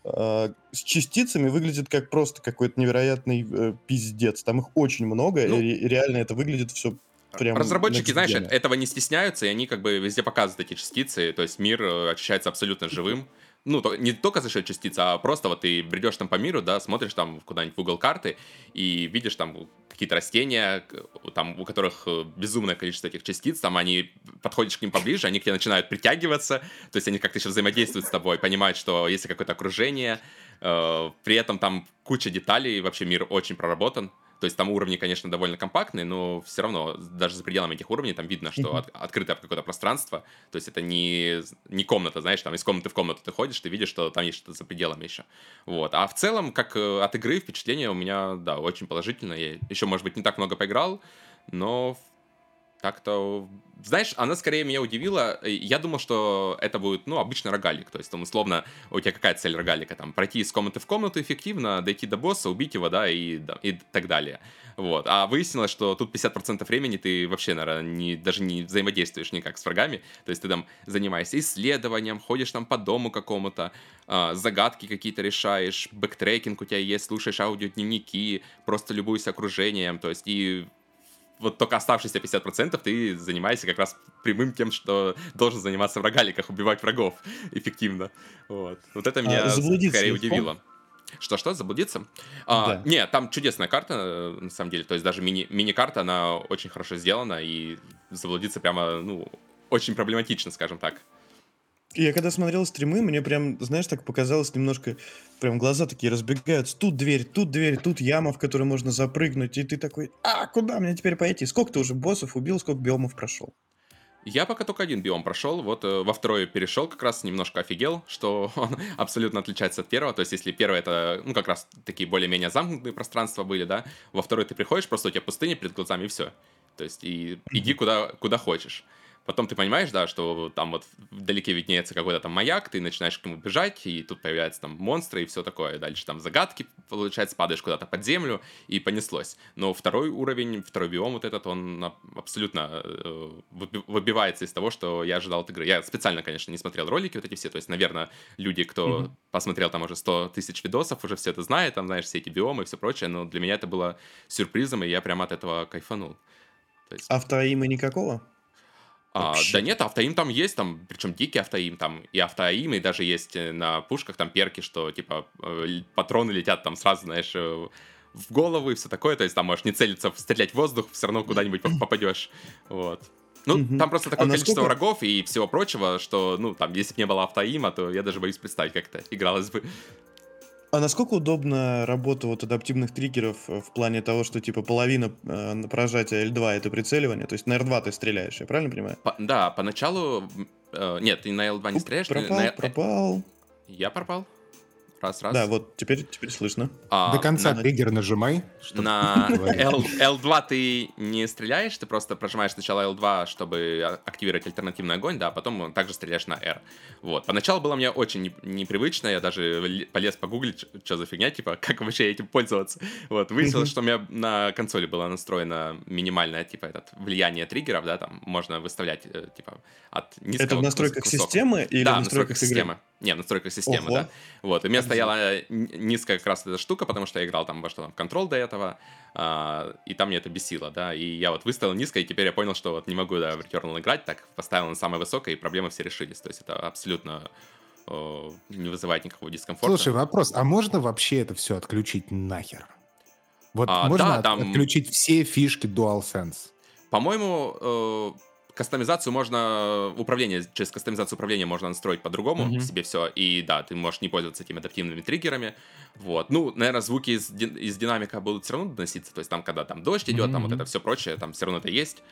Speaker 2: с частицами выглядят как просто какой-то невероятный пиздец. Там их очень много,
Speaker 3: Ну,
Speaker 2: и реально это выглядит все прям
Speaker 3: разработчики, знаешь,
Speaker 2: next-gen.
Speaker 3: этого не стесняются, и они как бы везде показывают эти частицы, то есть мир ощущается абсолютно живым. Ну, не только за счет частиц, а просто вот ты бредешь там по миру, да, смотришь там куда-нибудь в угол карты и видишь там какие-то растения, там, у которых безумное количество этих частиц, там они, подходишь к ним поближе, они к тебе начинают притягиваться, то есть они как-то еще взаимодействуют с тобой, понимают, что есть какое-то окружение, при этом там куча деталей, вообще мир очень проработан. То есть там уровни, конечно, довольно компактные, но все равно даже за пределами этих уровней там видно, что открытое какое-то пространство. То есть это не комната, знаешь, там из комнаты в комнату ты ходишь, ты видишь, что там есть что-то за пределами еще. Вот. А в целом, как от игры, впечатление у меня, да, очень положительное. Я еще, может быть, не так много поиграл, но так-то, знаешь, она скорее меня удивила. Я думал, что это будет, ну, обычный рогалик. То есть, там, условно, у тебя какая цель рогалика? Там, пройти из комнаты в комнату эффективно, дойти до босса, убить его, да, и так далее. Вот. А выяснилось, что тут 50% времени ты вообще, наверное, даже не взаимодействуешь никак с врагами. То есть, ты там занимаешься исследованием, ходишь там по дому какому-то, загадки какие-то решаешь, бэктрекинг у тебя есть, слушаешь аудиодневники, просто любуешься окружением. То есть, и вот только оставшиеся 50% ты занимаешься как раз прямым тем, что должен заниматься в рогаликах, убивать врагов эффективно. Вот это меня скорее удивило. Что, заблудиться?
Speaker 2: Да.
Speaker 3: Нет, там чудесная карта, на самом деле. То есть даже мини-карта, она очень хорошо сделана, и заблудиться прямо, ну, очень проблематично, скажем так.
Speaker 2: Я когда смотрел стримы, мне прям, знаешь, так показалось немножко, прям глаза такие разбегаются. Тут дверь, тут яма, в которую можно запрыгнуть. И ты такой, куда мне теперь пойти? Сколько ты уже боссов убил, сколько биомов прошел?
Speaker 3: Я пока только один биом прошел, вот во второй перешел, как раз немножко офигел, что он абсолютно отличается от первого, то есть если первый это, ну, как раз такие более-менее замкнутые пространства были, да, во второй ты приходишь, просто у тебя пустыня перед глазами и все, то есть и иди куда хочешь. Потом ты понимаешь, да, что там вот вдалеке виднеется какой-то там маяк, ты начинаешь к нему бежать, и тут появляются там монстры и все такое. Дальше там загадки, получается, падаешь куда-то под землю, и понеслось. Но второй уровень, второй биом вот этот, он абсолютно выбивается из того, что я ожидал от игры. Я специально, конечно, не смотрел ролики вот эти все, то есть, наверное, люди, кто посмотрел там уже 100 тысяч видосов, уже все это знает, там, знаешь, все эти биомы и все прочее, но для меня это было сюрпризом, и я прямо от этого кайфанул. То есть...
Speaker 2: Автоима никакого?
Speaker 3: Да нет, автоим там есть, там, причем дикий автоим, там и автоим, и даже есть на пушках там перки, что, типа, патроны летят там сразу, знаешь, в голову и все такое, то есть там можешь не целиться, стрелять в воздух, все равно куда-нибудь попадешь, вот. Ну, там просто такое количество врагов и всего прочего, что, ну, там, если бы не было автоима, то я даже боюсь представить, как это игралось бы.
Speaker 2: А насколько удобна работа вот адаптивных триггеров в плане того, что типа половина прожатия L2 это прицеливание, то есть на R2 ты стреляешь, я правильно понимаю?
Speaker 3: Да, поначалу... Нет, ты на L2 не стреляешь.
Speaker 2: Пропал.
Speaker 3: Я пропал. Раз.
Speaker 2: Да, вот теперь слышно.
Speaker 1: До конца триггер нажимай.
Speaker 3: На L2 ты не стреляешь, ты просто прожимаешь сначала L2, чтобы активировать альтернативный огонь, да, а потом также стреляешь на R. Вот. Поначалу было мне очень непривычно, я даже полез погуглить, что за фигня, типа, как вообще этим пользоваться. Вот. Выяснилось, что у меня на консоли было настроено минимальное, типа, влияние триггеров, да, там можно выставлять, типа, от низкого.
Speaker 2: Это в настройках системы или
Speaker 3: да,
Speaker 2: в настройках
Speaker 3: системы? Не, в настройках системы, да. Вот. И у меня стояла низкая как раз эта штука, потому что я играл там во что там, Control до этого, и там мне это бесило, да, и я вот выставил низко, и теперь я понял, что вот не могу, да, в Returnal играть, так поставил на самое высокое, и проблемы все решились, то есть это абсолютно не вызывает никакого дискомфорта.
Speaker 1: Слушай, вопрос, а можно вообще это все отключить нахер? Вот можно отключить все фишки DualSense?
Speaker 3: По-моему, кастомизацию можно, через кастомизацию управления можно настроить по-другому себе все, и да, ты можешь не пользоваться этими адаптивными триггерами, вот. Ну, наверное, звуки из динамика будут все равно доноситься, то есть там, когда там дождь идет, там вот это все прочее, там все равно это есть.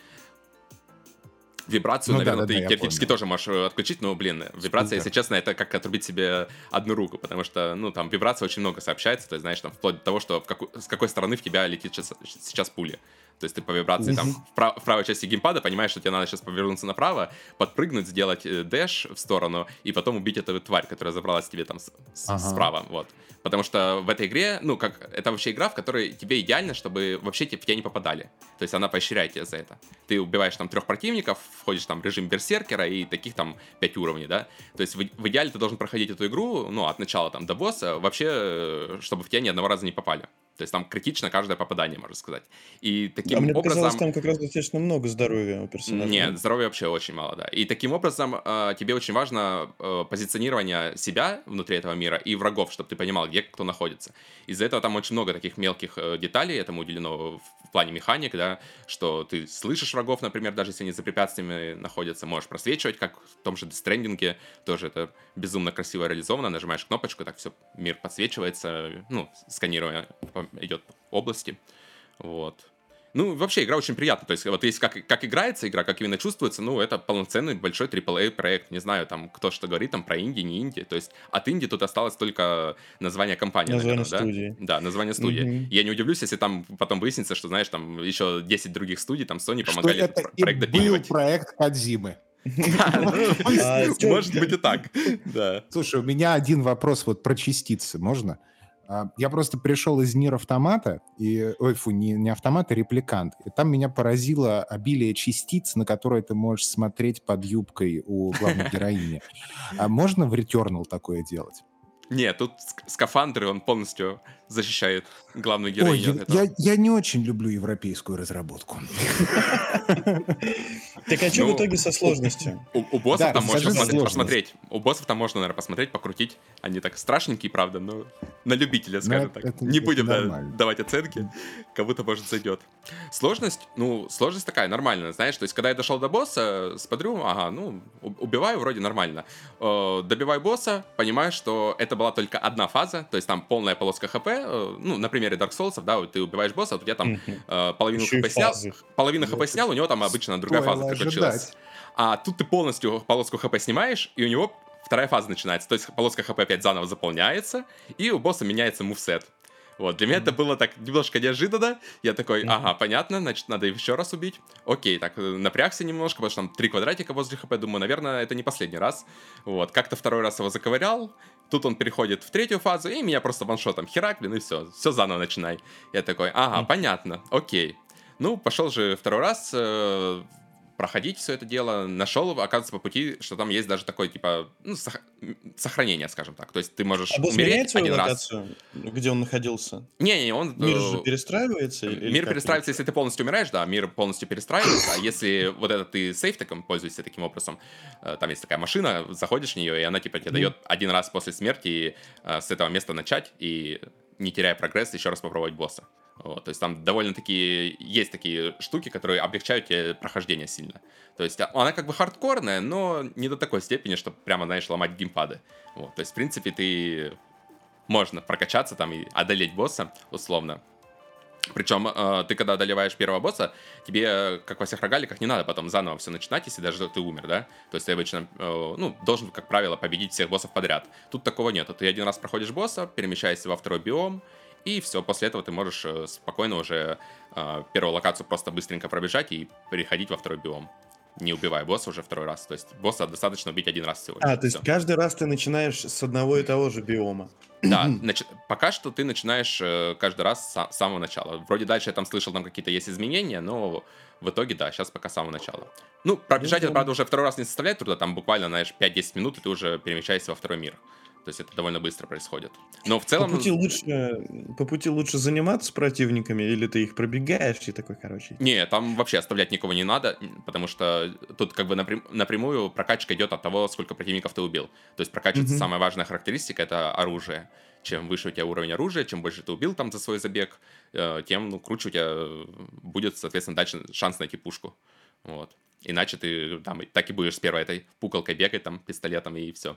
Speaker 3: Вибрацию, наверное, ты теоретически тоже можешь отключить, но, блин, вибрация, если честно, это как отрубить себе одну руку, потому что, ну, там вибрация очень много сообщается, то есть, знаешь, там вплоть до того, что с какой стороны в тебя летит сейчас пуля. То есть ты по вибрации там в правой части геймпада понимаешь, что тебе надо сейчас повернуться направо, подпрыгнуть, сделать дэш в сторону и потом убить эту тварь, которая забралась тебе там справа, вот. Потому что в этой игре, ну, как это вообще игра, в которой тебе идеально, чтобы вообще в тебя не попадали. То есть она поощряет тебя за это. Ты убиваешь там 3 противников, входишь там в режим берсеркера и таких там 5 уровней, да. То есть в идеале ты должен проходить эту игру, ну, от начала там до босса, вообще, чтобы в тебя ни одного раза не попали. То есть там критично каждое попадание, можно сказать. И таким
Speaker 2: мне
Speaker 3: образом...
Speaker 2: показалось, там как раз достаточно много здоровья у персонажа.
Speaker 3: Нет, здоровья вообще очень мало, да. И таким образом тебе очень важно позиционирование себя внутри этого мира и врагов, чтобы ты понимал, где кто находится. Из-за этого там очень много таких мелких деталей этому уделено в плане механик, да, что ты слышишь врагов, например, даже если они за препятствиями находятся, можешь просвечивать, как в том же Death Stranding, тоже это безумно красиво реализовано, нажимаешь кнопочку, так все, мир подсвечивается, ну, сканируя идет области, вот. Ну, вообще, игра очень приятная. То есть, вот если как играется игра, как именно чувствуется, ну, это полноценный большой AAA проект. Не знаю, там, кто что говорит, там, про инди, не инди. То есть, от инди тут осталось только название компании,
Speaker 2: название
Speaker 3: наверное,
Speaker 2: студии.
Speaker 3: Да, название студии. Я не удивлюсь, если там потом выяснится, что, знаешь, там еще 10 других студий, там, Sony помогали этот проект допиливать.
Speaker 1: Был проект Кодзимы.
Speaker 3: Может быть и так, да.
Speaker 1: Слушай, у меня один вопрос вот про частицы, можно? Я просто пришел из Нир Автомата, не Автомата, Репликант. И там меня поразило обилие частиц, на которые ты можешь смотреть под юбкой у главной героини. А можно в Returnal такое делать?
Speaker 3: Нет, тут скафандр, он полностью защищает главную героиню.
Speaker 1: Ой, я не очень люблю европейскую разработку.
Speaker 2: Так а что в итоге со сложностью?
Speaker 3: У боссов там можно посмотреть. У боссов там можно, наверное, посмотреть, покрутить. Они так страшненькие, правда, но на любителя, скажем так. Не будем давать оценки. Кому-то, может, зайдет. Сложность такая, нормальная, знаешь. То есть, когда я дошел до босса, смотрю, убиваю вроде нормально. Добиваю босса, понимаю, что это была только одна фаза, то есть там полная полоска ХП, ну, на примере Dark Souls, да, вот ты убиваешь босса, вот у тебя там половину ХП снял, у него там обычно другая фаза приключилась. А тут ты полностью полоску ХП снимаешь, и у него вторая фаза начинается, то есть полоска ХП опять заново заполняется, и у босса меняется мувсет. Вот, для меня это было так немножко неожиданно. Я такой, понятно, значит, надо еще раз убить. Окей, так, напрягся немножко, потому что там 3 квадратика возле ХП, думаю, наверное, это не последний раз. Вот, как-то второй раз его заковырял, тут он переходит в 3-ю фазу, и меня просто ваншотом херак, и все заново начинай. Я такой, понятно, окей. Ну, пошел же второй раз проходить все это дело, нашел, оказывается, по пути, что там есть даже такое, типа, ну, сохранение, скажем так. То есть ты можешь умереть один раз.
Speaker 2: Где он находился?
Speaker 3: Не, он...
Speaker 2: Мир же перестраивается?
Speaker 3: Мир перестраивается, если ты полностью умираешь, да, мир полностью перестраивается, а если вот это ты сейфтеком пользуешься таким образом, там есть такая машина, заходишь в нее, и она, типа, тебе дает один раз после смерти с этого места начать, и, не теряя прогресс, еще раз попробовать босса. Вот, то есть там довольно-таки есть такие штуки, которые облегчают тебе прохождение сильно. То есть она как бы хардкорная, но не до такой степени, чтобы прямо, знаешь, ломать геймпады. Вот, то есть, в принципе, ты можно прокачаться там и одолеть босса, условно. Причем ты, когда одолеваешь первого босса, тебе, как во всех рогаликах, не надо потом заново все начинать, если даже ты умер, да? То есть ты обычно, должен, как правило, победить всех боссов подряд. Тут такого нет. Ты один раз проходишь босса, перемещаешься во второй биом, и все, после этого ты можешь спокойно уже первую локацию просто быстренько пробежать и переходить во второй биом, не убивая босса уже второй раз. То есть босса достаточно убить один раз всего лишь.
Speaker 2: То есть каждый раз ты начинаешь с одного и того же биома.
Speaker 3: Да, пока что ты начинаешь каждый раз с самого начала. Вроде дальше я там слышал, там какие-то есть изменения, но в итоге, да, сейчас пока с самого начала. Ну, пробежать это, правда, уже второй раз не составляет труда, там буквально, знаешь, 5-10 минут, и ты уже перемещаешься во второй мир. То есть это довольно быстро происходит. Но в целом...
Speaker 2: По пути лучше заниматься с противниками, или ты их пробегаешь и такой, короче...
Speaker 3: Не, там вообще оставлять никого не надо, потому что тут как бы напрямую прокачка идет от того, сколько противников ты убил. То есть прокачивается самая важная характеристика — это оружие. Чем выше у тебя уровень оружия, чем больше ты убил там за свой забег, тем круче у тебя будет, соответственно, дальше шанс найти пушку. Вот. Иначе ты там так и будешь с первой этой пукалкой бегать, там, пистолетом, и все.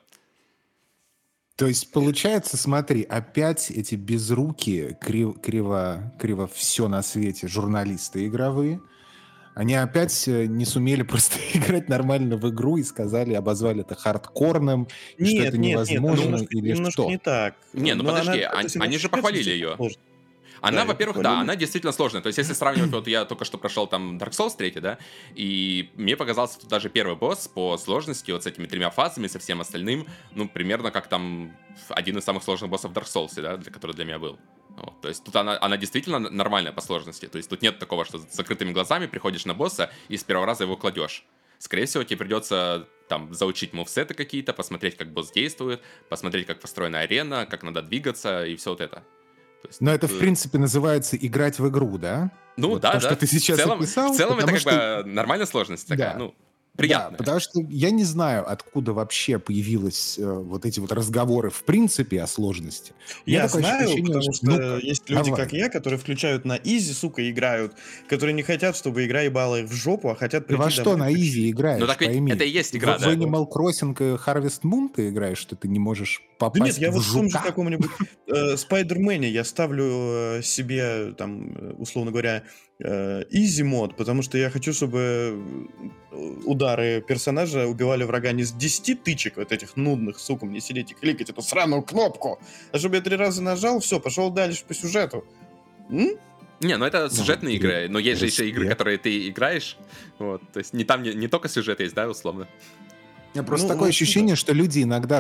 Speaker 1: То есть, получается, смотри, опять эти безрукие, криво все на свете журналисты игровые, они опять не сумели просто играть нормально в игру и сказали, обозвали это хардкорным, что это невозможно, или что?
Speaker 2: Не так.
Speaker 3: Не, подожди, они же похвалили ее. Она, во-первых, да, она действительно сложная. То есть, если сравнивать, вот я только что прошел там Dark Souls 3, да, и мне показался тут даже первый босс по сложности, вот с этими 3 фазами, со всем остальным, примерно как там один из самых сложных боссов в Dark Souls, да, который для меня был. Вот, то есть тут она действительно нормальная по сложности. То есть тут нет такого, что с закрытыми глазами приходишь на босса и с первого раза его кладешь. Скорее всего, тебе придется там заучить мувсеты какие-то, посмотреть, как босс действует, посмотреть, как построена арена, как надо двигаться и все вот это.
Speaker 1: Но это, в принципе, называется играть в игру, да?
Speaker 3: Ну
Speaker 1: вот
Speaker 3: да,
Speaker 1: то,
Speaker 3: да.
Speaker 1: что ты сейчас описал.
Speaker 3: В целом это как бы нормальная сложность такая,
Speaker 1: да.
Speaker 3: Приятно.
Speaker 1: Да, потому что я не знаю, откуда вообще появились вот эти вот разговоры в принципе о сложности.
Speaker 2: Я знаю, потому что есть люди, как я, которые включают на изи, сука, играют, которые не хотят, чтобы игра ебала их в жопу, а хотят прийти
Speaker 1: домой. Ты во что на изи играешь,
Speaker 3: Ну так ведь
Speaker 1: пойми.
Speaker 3: это и есть игра,
Speaker 1: да? В Animal Crossing и Harvest Moon ты играешь, что ты не можешь попасть
Speaker 2: да нет, я
Speaker 1: в
Speaker 2: вот в том же
Speaker 1: жука.
Speaker 2: каком-нибудь Spider-Man я ставлю себе, там, условно говоря, easy мод, потому что я хочу, чтобы удары персонажа убивали врага не с 10 тычек вот этих нудных, сука, мне сидеть и кликать эту сраную кнопку, а чтобы я 3 раза нажал, все, пошел дальше по сюжету.
Speaker 3: Не, это сюжетные игры, но есть же еще игры, которые ты играешь, вот, то есть не только сюжет есть, да, условно.
Speaker 1: Просто такое ощущение, что люди иногда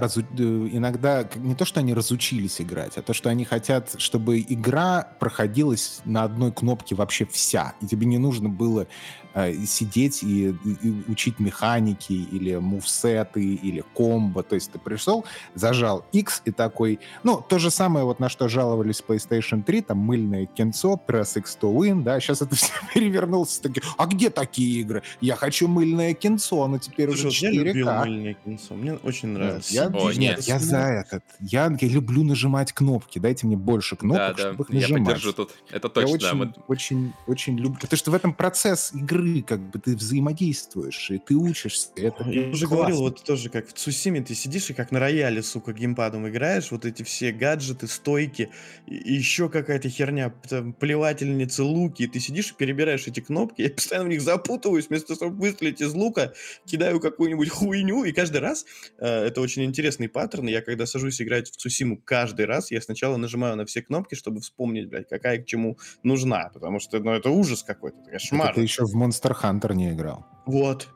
Speaker 1: не то, что они разучились играть, а то, что они хотят, чтобы игра проходилась на одной кнопке вообще вся, и тебе не нужно было сидеть и учить механики или мувсеты, или комбо. То есть ты пришел, зажал X и такой... то же самое, вот на что жаловались PlayStation 3, там мыльное кинцо, press X to win, да, сейчас это все перевернулось. А где такие игры? Я хочу мыльное кинцо, но теперь уже 4К.
Speaker 2: Я любил мыльное кинцо, мне очень нравилось.
Speaker 1: Я за этот. Я люблю нажимать кнопки, дайте мне больше кнопок, чтобы их нажимать.
Speaker 3: Я поддержу тут, это точно.
Speaker 1: Я очень люблю, потому что в этом процесс игры как бы ты взаимодействуешь, и ты учишься. Это
Speaker 2: я уже говорил, вот тоже как в Цусиме ты сидишь и как на рояле, сука, геймпадом играешь, вот эти все гаджеты, стойки, и еще какая-то херня, там, плевательницы, луки, и ты сидишь и перебираешь эти кнопки, я постоянно в них запутываюсь, вместо того, чтобы выстрелить из лука, кидаю какую-нибудь хуйню, и каждый раз, это очень интересный паттерн, я когда сажусь играть в Цусиму каждый раз, я сначала нажимаю на все кнопки, чтобы вспомнить, блядь, какая к чему нужна, потому что, это ужас какой-то, это кошмар.
Speaker 1: Это ты еще в Monster Hunter не играл.
Speaker 2: Вот.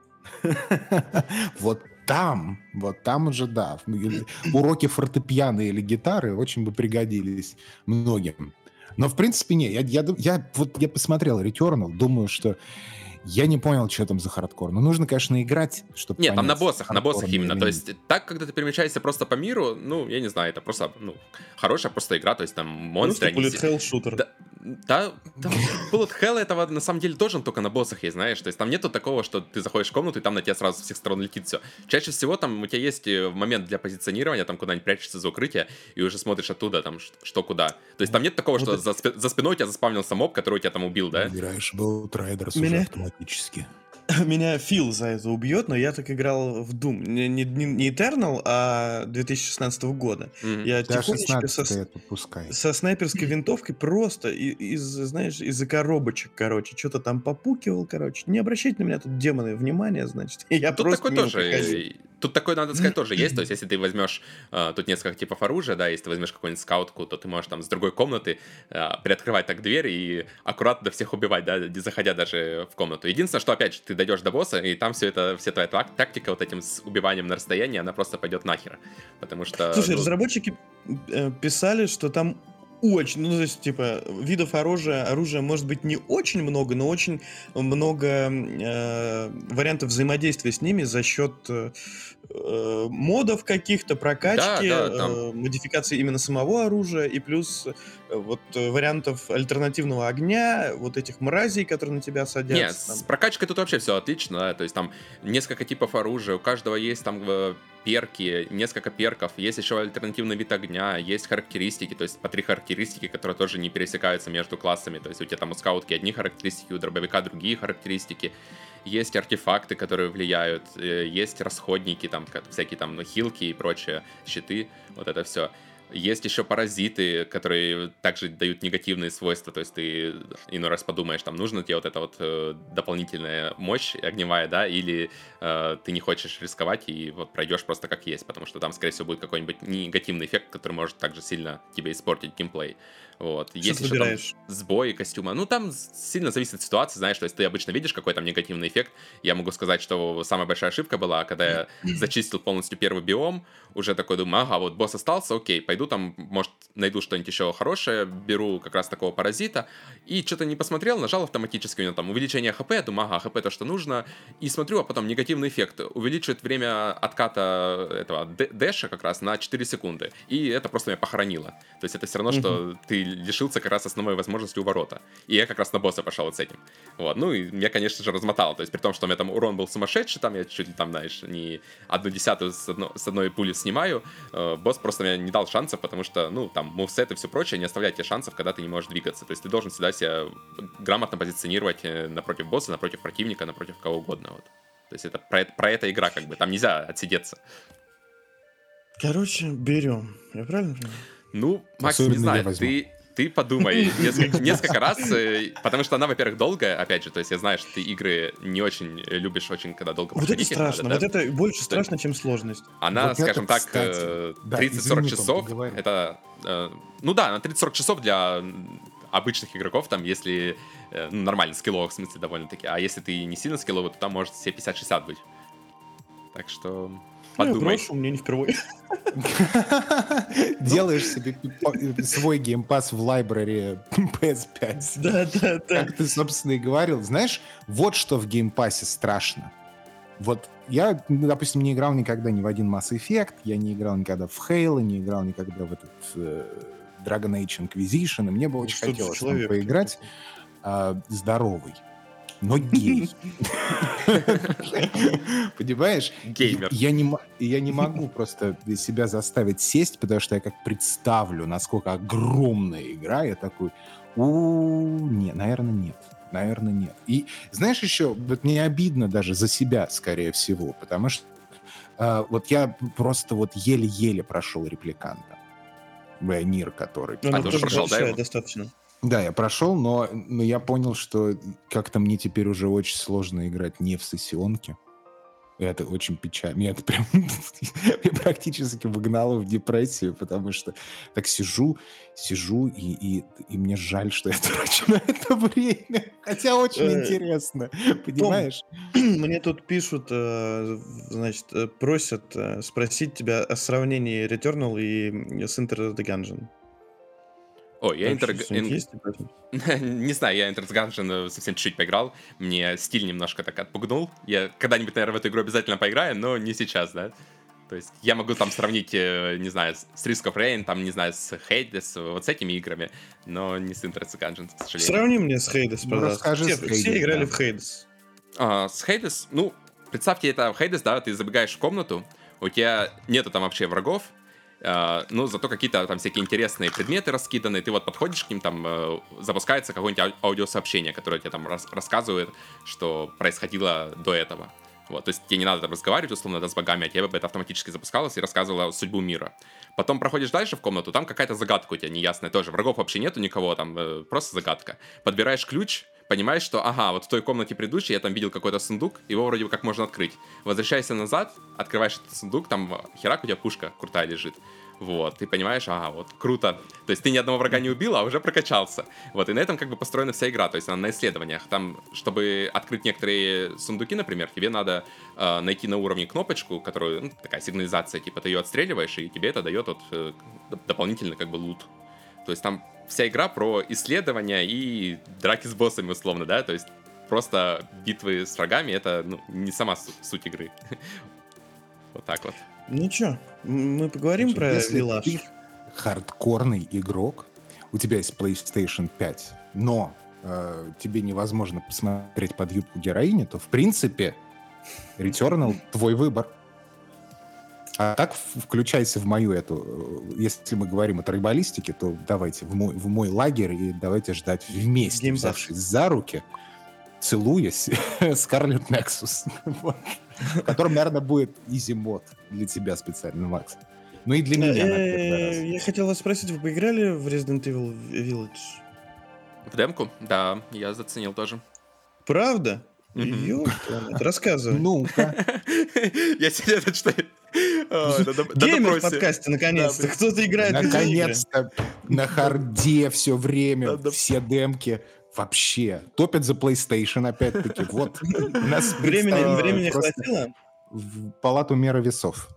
Speaker 1: Вот там уже, да. Уроки фортепиано или гитары очень бы пригодились многим. Но, в принципе, не. Я посмотрел Returnal, думаю, что я не понял, что там за хардкор. Но нужно, конечно, играть, чтобы
Speaker 3: Нет,
Speaker 1: понять,
Speaker 3: там на боссах именно. То есть, так, когда ты перемещаешься просто по миру, я не знаю, это просто, хорошая просто игра, то есть там монстры...
Speaker 2: Bullet Hell шутер.
Speaker 3: Да, Bullet Hell этого на самом деле тоже только на боссах есть, знаешь. То есть там нету такого, что ты заходишь в комнату, и там на тебя сразу с всех сторон летит все. Чаще всего там у тебя есть момент для позиционирования, там куда-нибудь прячешься за укрытие, и уже смотришь оттуда, там, что куда. То есть там нет такого, что за спиной у тебя заспавнился моб, который тебя там убил, да?
Speaker 1: Играешь в Outriders уже автоматически.
Speaker 2: Меня Фил за это убьет, но я так играл в Doom. Не Eternal, а 2016 года. Я
Speaker 1: Да,
Speaker 2: тихонечко
Speaker 1: 16 это пускай.
Speaker 2: со снайперской винтовкой просто знаешь, из-за коробочек, короче, что-то там попукивал, короче. Не обращайте на меня тут, демоны, внимания, значит. Я
Speaker 3: Тут
Speaker 2: просто
Speaker 3: такой
Speaker 2: мимо
Speaker 3: тоже,
Speaker 2: проходил.
Speaker 3: тут такой, надо сказать, тоже есть. То есть, если ты возьмешь, тут несколько типов оружия, да, если ты возьмешь какую-нибудь скаутку, то ты можешь там с другой комнаты приоткрывать так дверь и аккуратно всех убивать, да, не заходя даже в комнату. Единственное, что, опять же, ты дойдешь до босса, и там вся твоя тактика вот этим с убиванием на расстоянии, она просто пойдет нахер. Потому что...
Speaker 2: Слушай, разработчики писали, что там очень, ну, то есть, типа, видов оружия может быть не очень много, но очень много вариантов взаимодействия с ними за счет модов каких-то, прокачки,
Speaker 3: Да, там
Speaker 2: модификации именно самого оружия, и плюс вариантов альтернативного огня, вот этих мразей, которые на тебя садятся.
Speaker 3: Нет, с прокачкой тут вообще все отлично, да, то есть там несколько типов оружия, у каждого есть там перки, несколько перков, есть еще альтернативный вид огня, есть характеристики, то есть по 3 характеристики, которые тоже не пересекаются между классами, то есть у тебя там у скаутки одни характеристики, у дробовика другие характеристики, есть артефакты, которые влияют, есть расходники, там всякие там хилки и прочие, щиты, вот это все. Есть еще паразиты, которые также дают негативные свойства, то есть ты иной раз подумаешь, там нужна тебе вот эта вот дополнительная мощь огневая, да, или ты не хочешь рисковать и вот пройдешь просто как есть, потому что там, скорее всего, будет какой-нибудь негативный эффект, который может также сильно тебе испортить геймплей. Вот.
Speaker 2: Что
Speaker 3: Есть
Speaker 2: ты
Speaker 3: еще там
Speaker 2: выбираешь?
Speaker 3: сбои костюма. Ну, там сильно зависит от ситуации, знаешь, то есть ты обычно видишь какой там негативный эффект. Я могу сказать, что самая большая ошибка была, когда я зачистил полностью первый биом, уже такой думаю, ага, вот босс остался, окей, пойду там, может, найду что-нибудь еще хорошее, беру как раз такого паразита, и что-то не посмотрел, нажал автоматически, у него там увеличение хп, думаю, ага, хп то, что нужно, и смотрю, а потом негативный эффект, увеличивает время отката этого дэша как раз на 4 секунды, и это просто меня похоронило. То есть это все равно, что ты лишился как раз основной возможности у ворота. И я как раз на босса пошел вот с этим. Вот, ну и меня, конечно же, размотало, то есть при том, что у меня там урон был сумасшедший, там я чуть ли там, знаешь, не 1/10 с одной пули снимаю, босс просто мне не дал шансов, потому что, ну, там, мувсет и все прочее не оставляет тебе шансов, когда ты не можешь двигаться. То есть ты должен всегда себя грамотно позиционировать напротив босса, напротив противника, напротив кого угодно. Вот. То есть это про это игра, как бы, там нельзя отсидеться.
Speaker 2: Короче, берем. Я правильно понимаю?
Speaker 3: Ну, Макс,
Speaker 1: Особенно
Speaker 3: не знаю,
Speaker 1: я возьму.
Speaker 3: ты подумай несколько раз, потому что она, во-первых, долгая, опять же, то есть я знаю, что ты игры не очень любишь, очень когда долго
Speaker 2: Вот это
Speaker 3: проходить их
Speaker 2: страшно,
Speaker 3: надо,
Speaker 2: вот
Speaker 3: да?
Speaker 2: это больше страшно, чем сложность.
Speaker 3: Она,
Speaker 1: Вот это,
Speaker 3: скажем так,
Speaker 1: кстати, да,
Speaker 3: 30-40
Speaker 1: извини,
Speaker 3: часов,
Speaker 1: Том, договори.
Speaker 3: это, ну да, на 30-40 часов для обычных игроков, там, если, ну, нормально, скилловых, в смысле, довольно-таки, а если ты не сильно скилловый, то там может все 50-60 быть. Так что
Speaker 2: Ну, я
Speaker 3: подумай.
Speaker 2: брошу, мне не впервые.
Speaker 1: Делаешь себе свой геймпас в лайбрари PS5.
Speaker 2: Да.
Speaker 1: Как ты, собственно, и говорил. Знаешь, вот что в геймпассе страшно. Вот я, допустим, не играл никогда ни в один Mass Effect, я не играл никогда в Halo, не играл никогда в этот Dragon Age Inquisition, и мне бы очень
Speaker 2: Что за
Speaker 1: хотелось там
Speaker 2: человек
Speaker 1: поиграть. Здоровый, но гей. Понимаешь?
Speaker 3: Геймер.
Speaker 1: Я не могу просто себя заставить сесть, потому что я как представлю, насколько огромная игра, я такой, нет, наверное, нет. Наверное, нет. И знаешь еще, вот мне обидно даже за себя, скорее всего, потому что вот я просто вот еле-еле прошел репликанта. Нир, который...
Speaker 2: Она
Speaker 3: ты уже
Speaker 2: тоже
Speaker 3: прошел, да,
Speaker 2: большая
Speaker 3: его?
Speaker 2: достаточно.
Speaker 1: Да, я прошел, но я понял, что как-то мне теперь уже очень сложно играть не в сессионке. Это очень печально. Меня это прям практически выгнало в депрессию, потому что так сижу, и мне жаль, что я трачу на это время. Хотя очень интересно, понимаешь?
Speaker 2: Мне тут пишут, значит, просят спросить тебя о сравнении Returnal и с Enter the Gungeon.
Speaker 3: Ой, я
Speaker 2: Есть?
Speaker 3: не знаю, я Enter the Gungeon совсем чуть-чуть поиграл. Мне стиль немножко так отпугнул. Я когда-нибудь, наверное, в эту игру обязательно поиграю, но не сейчас, да? То есть я могу там сравнить, не знаю, с Risk of Rain, там, не знаю, с Hades, вот с этими играми, но не с Enter the Gungeon, к сожалению.
Speaker 2: Сравни мне с Hades,
Speaker 1: Ну,
Speaker 2: пожалуйста.
Speaker 1: расскажи с
Speaker 2: Все
Speaker 1: Hades,
Speaker 2: играли
Speaker 1: да.
Speaker 2: в Hades.
Speaker 3: С Hades, ну, представьте, это Hades, да, ты забегаешь в комнату, у тебя нету там вообще врагов, Ну, зато какие-то там всякие интересные предметы раскиданы, ты вот подходишь к ним, там запускается какое-нибудь аудиосообщение, которое тебе там рассказывает, что происходило до этого. Вот, то есть тебе не надо там разговаривать, условно, да, с богами, а тебе бы это автоматически запускалось и рассказывало судьбу мира. Потом проходишь дальше в комнату, там какая-то загадка у тебя неясная тоже. Врагов вообще нету никого, там просто загадка. Подбираешь ключ, понимаешь, что, ага, вот в той комнате предыдущей я там видел какой-то сундук, его вроде бы как можно открыть. Возвращайся назад, открываешь этот сундук, там херак, у тебя пушка крутая лежит. Вот, ты понимаешь, ага, вот, круто. То есть ты ни одного врага не убил, а уже прокачался. Вот, и на этом как бы построена вся игра, то есть она на исследованиях. Там, чтобы открыть некоторые сундуки, например, тебе надо найти на уровне кнопочку, которую, ну, такая сигнализация, типа ты ее отстреливаешь, и тебе это дает вот, дополнительный как бы лут. То есть там вся игра про исследования и драки с боссами, условно, да, то есть просто битвы с врагами — это, ну, не сама суть игры. Вот так вот.
Speaker 2: Ну чё, мы поговорим про
Speaker 1: Если
Speaker 2: Village.
Speaker 1: ты хардкорный игрок, у тебя есть PlayStation 5, но тебе невозможно посмотреть под юбку героини, то, в принципе, Returnal — твой выбор. А так включайся в мою эту... Если мы говорим о тройболистике, то давайте в мой лагерь и давайте ждать вместе,
Speaker 2: Game Pass.
Speaker 1: взявшись за руки, целуясь, Scarlet Nexus. Вот. В котором, наверное, будет easy-мод для тебя специально, Макс. Ну и для меня на первый раз.
Speaker 2: Я хотел вас спросить, вы поиграли в Resident Evil Village?
Speaker 3: В демку? Да, я заценил тоже.
Speaker 2: Правда?
Speaker 3: Мгм.
Speaker 2: Ёпта, рассказывай.
Speaker 1: Ну-ка.
Speaker 3: Я сегодня это что...
Speaker 2: Геймер в подкасте, наконец-то.
Speaker 3: Да,
Speaker 2: Кто-то играет в видеоигры.
Speaker 1: Наконец-то на харде все время,
Speaker 3: Да.
Speaker 1: все демки вообще топят за PlayStation опять-таки. Вот у нас
Speaker 2: Времени
Speaker 1: просто
Speaker 2: хватило?
Speaker 1: в палату меры весов.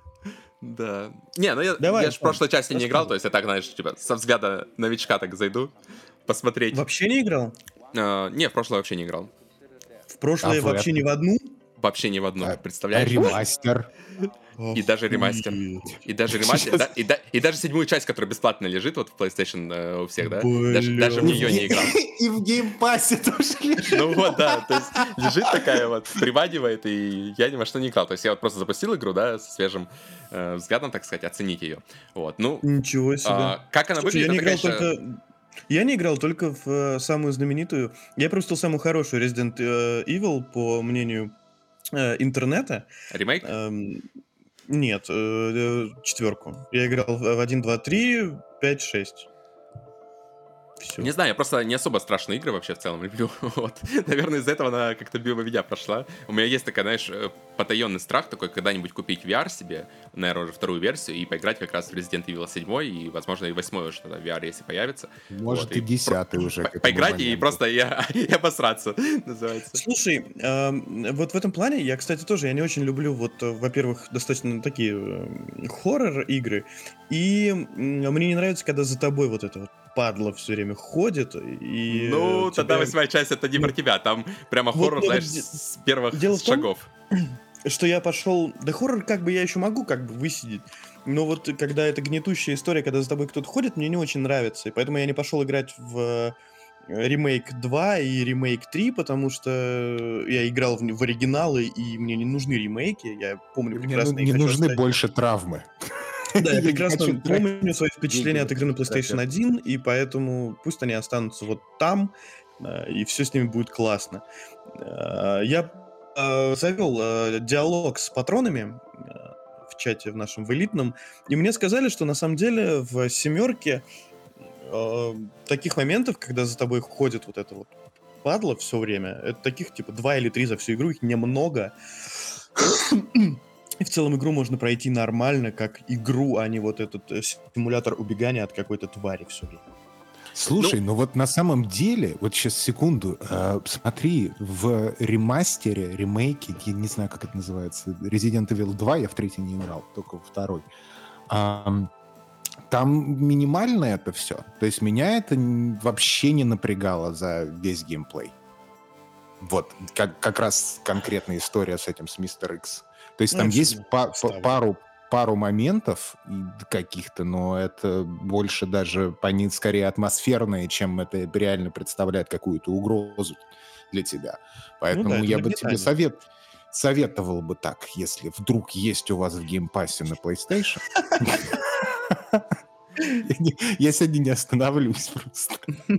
Speaker 3: Да. Не, ну
Speaker 2: Давай,
Speaker 3: я же в прошлой части не играл,
Speaker 2: рассказывай.
Speaker 3: то есть я так, знаешь, типа, со взгляда новичка так зайду, посмотреть.
Speaker 2: Вообще не играл?
Speaker 3: Не, в прошлое вообще не играл.
Speaker 2: В прошлое
Speaker 1: А в
Speaker 2: вообще ни в одну?
Speaker 3: Вообще ни в одну,
Speaker 1: А
Speaker 3: представляешь?
Speaker 1: ремастер.
Speaker 3: И даже ремастер. И даже ремастер, да, и даже 7-ю часть, которая бесплатно лежит вот в PlayStation у всех, да? Даже в нее не играл.
Speaker 1: И в геймпассе тоже лежит.
Speaker 3: Ну вот, да, то есть лежит такая вот, привадивает, и я ни во что не играл. То есть я вот просто запустил игру, да, со свежим взглядом, так сказать, оценить ее. Вот, ну,
Speaker 2: Ничего себе.
Speaker 3: как она
Speaker 2: Слушай,
Speaker 3: выглядит, это, конечно...
Speaker 2: Я не играл только в самую знаменитую. Я пропустил самую хорошую Resident Evil, по мнению интернета.
Speaker 3: Ремейк?
Speaker 2: Нет, четверку. Я играл в 1, 2, 3, 5, 6. Все.
Speaker 3: Не знаю, я просто не особо страшные игры вообще в целом люблю. Вот. Наверное, из-за этого она как-то мимо меня прошла. У меня есть такая, знаешь, потаенный страх такой, когда-нибудь купить VR себе, наверное, уже вторую версию, и поиграть как раз в Resident Evil 7, и, возможно, и 8 уже тогда в VR, если появится.
Speaker 1: Может,
Speaker 3: Вот,
Speaker 1: и 10 уже. к этому
Speaker 3: поиграть и
Speaker 1: моменту.
Speaker 3: просто и обосраться, называется.
Speaker 2: Слушай, вот в этом плане я, кстати, тоже я не очень люблю, вот, во-первых, достаточно такие хоррор-игры, и мне не нравится, когда за тобой вот это вот падла все время ходит, и...
Speaker 3: Ну, тогда
Speaker 2: тебя-
Speaker 3: 8-я часть это не про тебя, там прямо
Speaker 2: Вот,
Speaker 3: хоррор,
Speaker 2: ну,
Speaker 3: знаешь,
Speaker 2: вот
Speaker 3: с первых
Speaker 2: дело в том,
Speaker 3: шагов.
Speaker 2: Что я пошел... Да хоррор как бы я еще могу как бы высидеть, но вот когда это гнетущая история, когда за тобой кто-то ходит, мне не очень нравится, и поэтому я не пошел играть в ремейк 2 и ремейк 3, потому что я играл в оригиналы, и мне не нужны ремейки, я помню
Speaker 1: Мне
Speaker 2: прекрасно... и
Speaker 1: не
Speaker 2: хочу
Speaker 1: нужны
Speaker 2: оставить-
Speaker 1: больше травмы.
Speaker 2: Да, я
Speaker 1: Я не
Speaker 2: прекрасно
Speaker 1: хочу
Speaker 2: помню свои впечатления от
Speaker 1: деньги
Speaker 2: игры на
Speaker 1: на
Speaker 2: PlayStation
Speaker 1: это.
Speaker 2: 1, и поэтому пусть они останутся вот там, и все с ними будет классно. Я завел диалог с патронами в чате в нашем в элитном, и мне сказали, что на самом деле в семерке таких моментов, когда за тобой ходит вот это вот падла все время, это таких типа 2 или 3 за всю игру, их немного. И в целом игру можно пройти нормально, как игру, а не вот этот симулятор убегания от какой-то твари все время.
Speaker 1: Слушай, ну вот на самом деле, вот сейчас секунду, смотри, в ремастере, ремейке, я не знаю, как это называется, Resident Evil 2, я в третий не играл, только во второй. Там минимально это все. То есть меня это вообще не напрягало за весь геймплей. Вот, как раз конкретная история с этим, с Мистер Икс. То есть
Speaker 2: Ну,
Speaker 1: там
Speaker 2: это
Speaker 1: есть
Speaker 2: ставлю.
Speaker 1: пару моментов каких-то, но это больше даже, они скорее атмосферные, чем это реально представляет какую-то угрозу для тебя. Поэтому
Speaker 2: это
Speaker 1: я бы тебе
Speaker 2: нагнетание.
Speaker 1: советовал бы так, если вдруг есть у вас в геймпассе на PlayStation. Я сегодня не остановлюсь просто.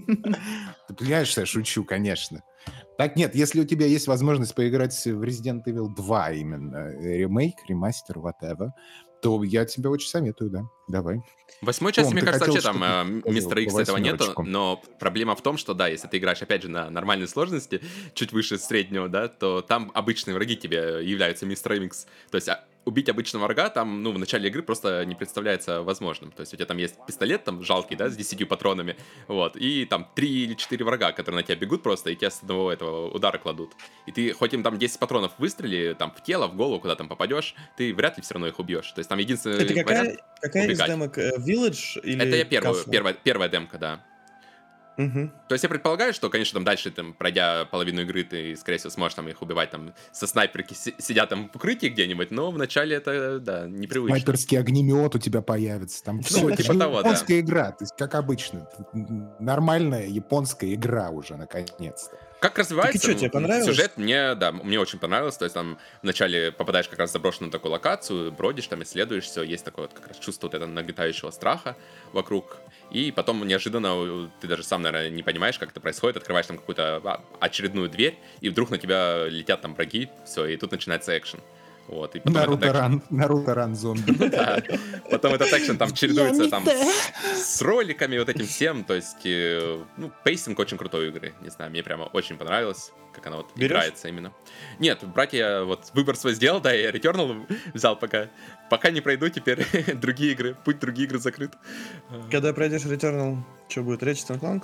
Speaker 1: Ты понимаешь, что я шучу, конечно. Так нет, если у тебя есть возможность поиграть в Resident Evil 2 именно, ремейк, ремастер, whatever, то я тебе очень советую, да. Давай.
Speaker 3: В 8-й части,
Speaker 1: Том,
Speaker 3: мне
Speaker 1: ты
Speaker 3: кажется,
Speaker 1: хотел
Speaker 3: вообще там
Speaker 1: что-то
Speaker 3: Мистер Икс этого нету,
Speaker 1: восьмерочку.
Speaker 3: но проблема в том, что, да, если ты играешь, опять же, на нормальной сложности, чуть выше среднего, да, то там обычные враги тебе являются Мистер Икс. То есть убить обычного врага там, ну, в начале игры просто не представляется возможным. То есть у тебя там есть пистолет, там, жалкий, да, с 10 патронами, вот, и там 3 или 4 врага, которые на тебя бегут просто, и тебя с одного этого удара кладут. И ты, хоть им там 10 патронов выстрели, там, в тело, в голову, куда там попадешь, ты вряд ли все равно их убьешь. То есть там единственный
Speaker 2: Это
Speaker 3: вариант
Speaker 2: какая из
Speaker 3: убегать.
Speaker 2: демок? Village или
Speaker 3: Это я
Speaker 2: Castle?
Speaker 3: первая демка, да.
Speaker 2: Мгм.
Speaker 3: То есть я предполагаю, что, конечно, там дальше, там, пройдя половину игры, ты, скорее всего, сможешь там их убивать, там, со снайперки сидят там в укрытии где-нибудь, но вначале это, да, непривычно.
Speaker 1: Снайперский огнемет у тебя появится. Там все,
Speaker 3: типа того, да.
Speaker 1: японская игра, то есть как обычно. Нормальная японская игра уже, наконец-то.
Speaker 3: Как развивается
Speaker 2: Так и чё, тебе понравилось?
Speaker 3: сюжет, мне очень понравилось. То есть там вначале попадаешь как раз в заброшенную такую локацию, бродишь, там исследуешь все, есть такое вот как раз чувство вот этого нагнетающего страха вокруг. И потом неожиданно ты даже сам, наверное, не понимаешь, как это происходит, открываешь там какую-то очередную дверь, и вдруг на тебя летят там враги, все, и тут начинается экшен. Вот, и потом
Speaker 1: Наруто ран зомби.
Speaker 3: да. Потом этот экшен там чередуется там с роликами, вот этим всем. То есть, ну, пейсинг очень крутой игры. Не знаю, мне прямо очень понравилось, как она вот
Speaker 2: Берешь?
Speaker 3: играется именно. Нет, брать я вот выбор свой сделал, да, я Returnal взял пока. Пока не пройду теперь другие игры, путь в другие игры закрыт.
Speaker 2: Когда пройдешь Returnal, что будет? Ratchet Clank?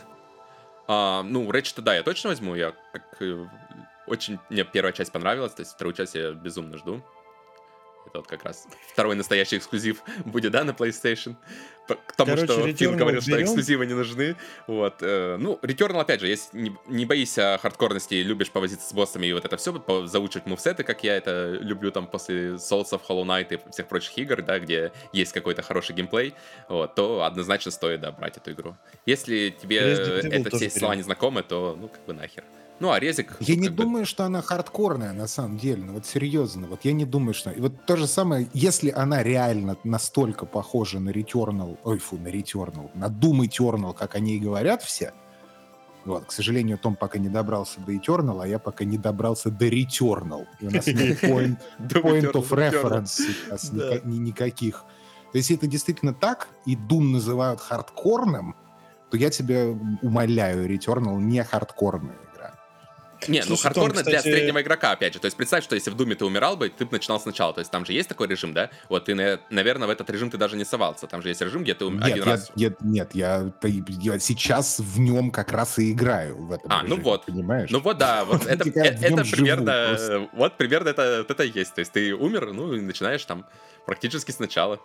Speaker 3: Ну, Ratchet, да, я точно возьму. Я как очень... Мне первая часть понравилась, то есть вторую часть я безумно жду. Это вот как раз второй настоящий эксклюзив будет, да, на PlayStation. К тому,
Speaker 2: Короче,
Speaker 3: что Фил
Speaker 2: Returnal
Speaker 3: говорил, что
Speaker 2: берем.
Speaker 3: эксклюзивы не нужны. Вот. Ну, Returnal, опять же, если не боишься хардкорности, любишь повозиться с боссами и вот это все, заучивать мувсеты, как я это люблю там после Souls'ов, Hollow Knight и всех прочих игр, да, где есть какой-то хороший геймплей, вот, то однозначно стоит, да, брать эту игру. Если тебе
Speaker 2: Resident Evil
Speaker 3: это
Speaker 2: тоже
Speaker 3: все слова
Speaker 2: берем.
Speaker 3: не знакомы, то, ну, как бы нахер. Ну, а резик...
Speaker 1: Я
Speaker 3: ну,
Speaker 1: не
Speaker 3: как бы,
Speaker 1: думаю, что она хардкорная на самом деле. Ну вот серьезно, вот я не думаю, что... И вот то же самое, если она реально настолько похожа на Returnal, на Returnal, на Doom Eternal, как они и говорят все, вот, к сожалению, Том пока не добрался до Eternal, а я пока не добрался до Returnal. И у нас нет point of reference сейчас
Speaker 3: Да.
Speaker 1: никаких. То есть, если это действительно так, и Doom называют хардкорным, то я тебя умоляю, Returnal не хардкорная игра.
Speaker 3: Не, ну
Speaker 2: Слушай,
Speaker 3: хардкорно
Speaker 2: Том,
Speaker 3: для
Speaker 2: кстати-
Speaker 3: среднего игрока, опять же. То есть представь, что если в Думе ты умирал бы, ты бы начинал сначала. То есть там же есть такой режим, да? Вот ты, наверное, в этот режим ты даже не совался. Там же есть режим, где ты один раз...
Speaker 1: Нет, я сейчас в нем как раз и играю в этом
Speaker 3: ну
Speaker 1: режиме,
Speaker 3: вот.
Speaker 1: понимаешь?
Speaker 3: Ну вот, да, вот это
Speaker 1: Я в нем живу
Speaker 3: примерно...
Speaker 1: просто.
Speaker 3: Вот примерно это и есть. То есть ты умер, ну и начинаешь там практически сначала.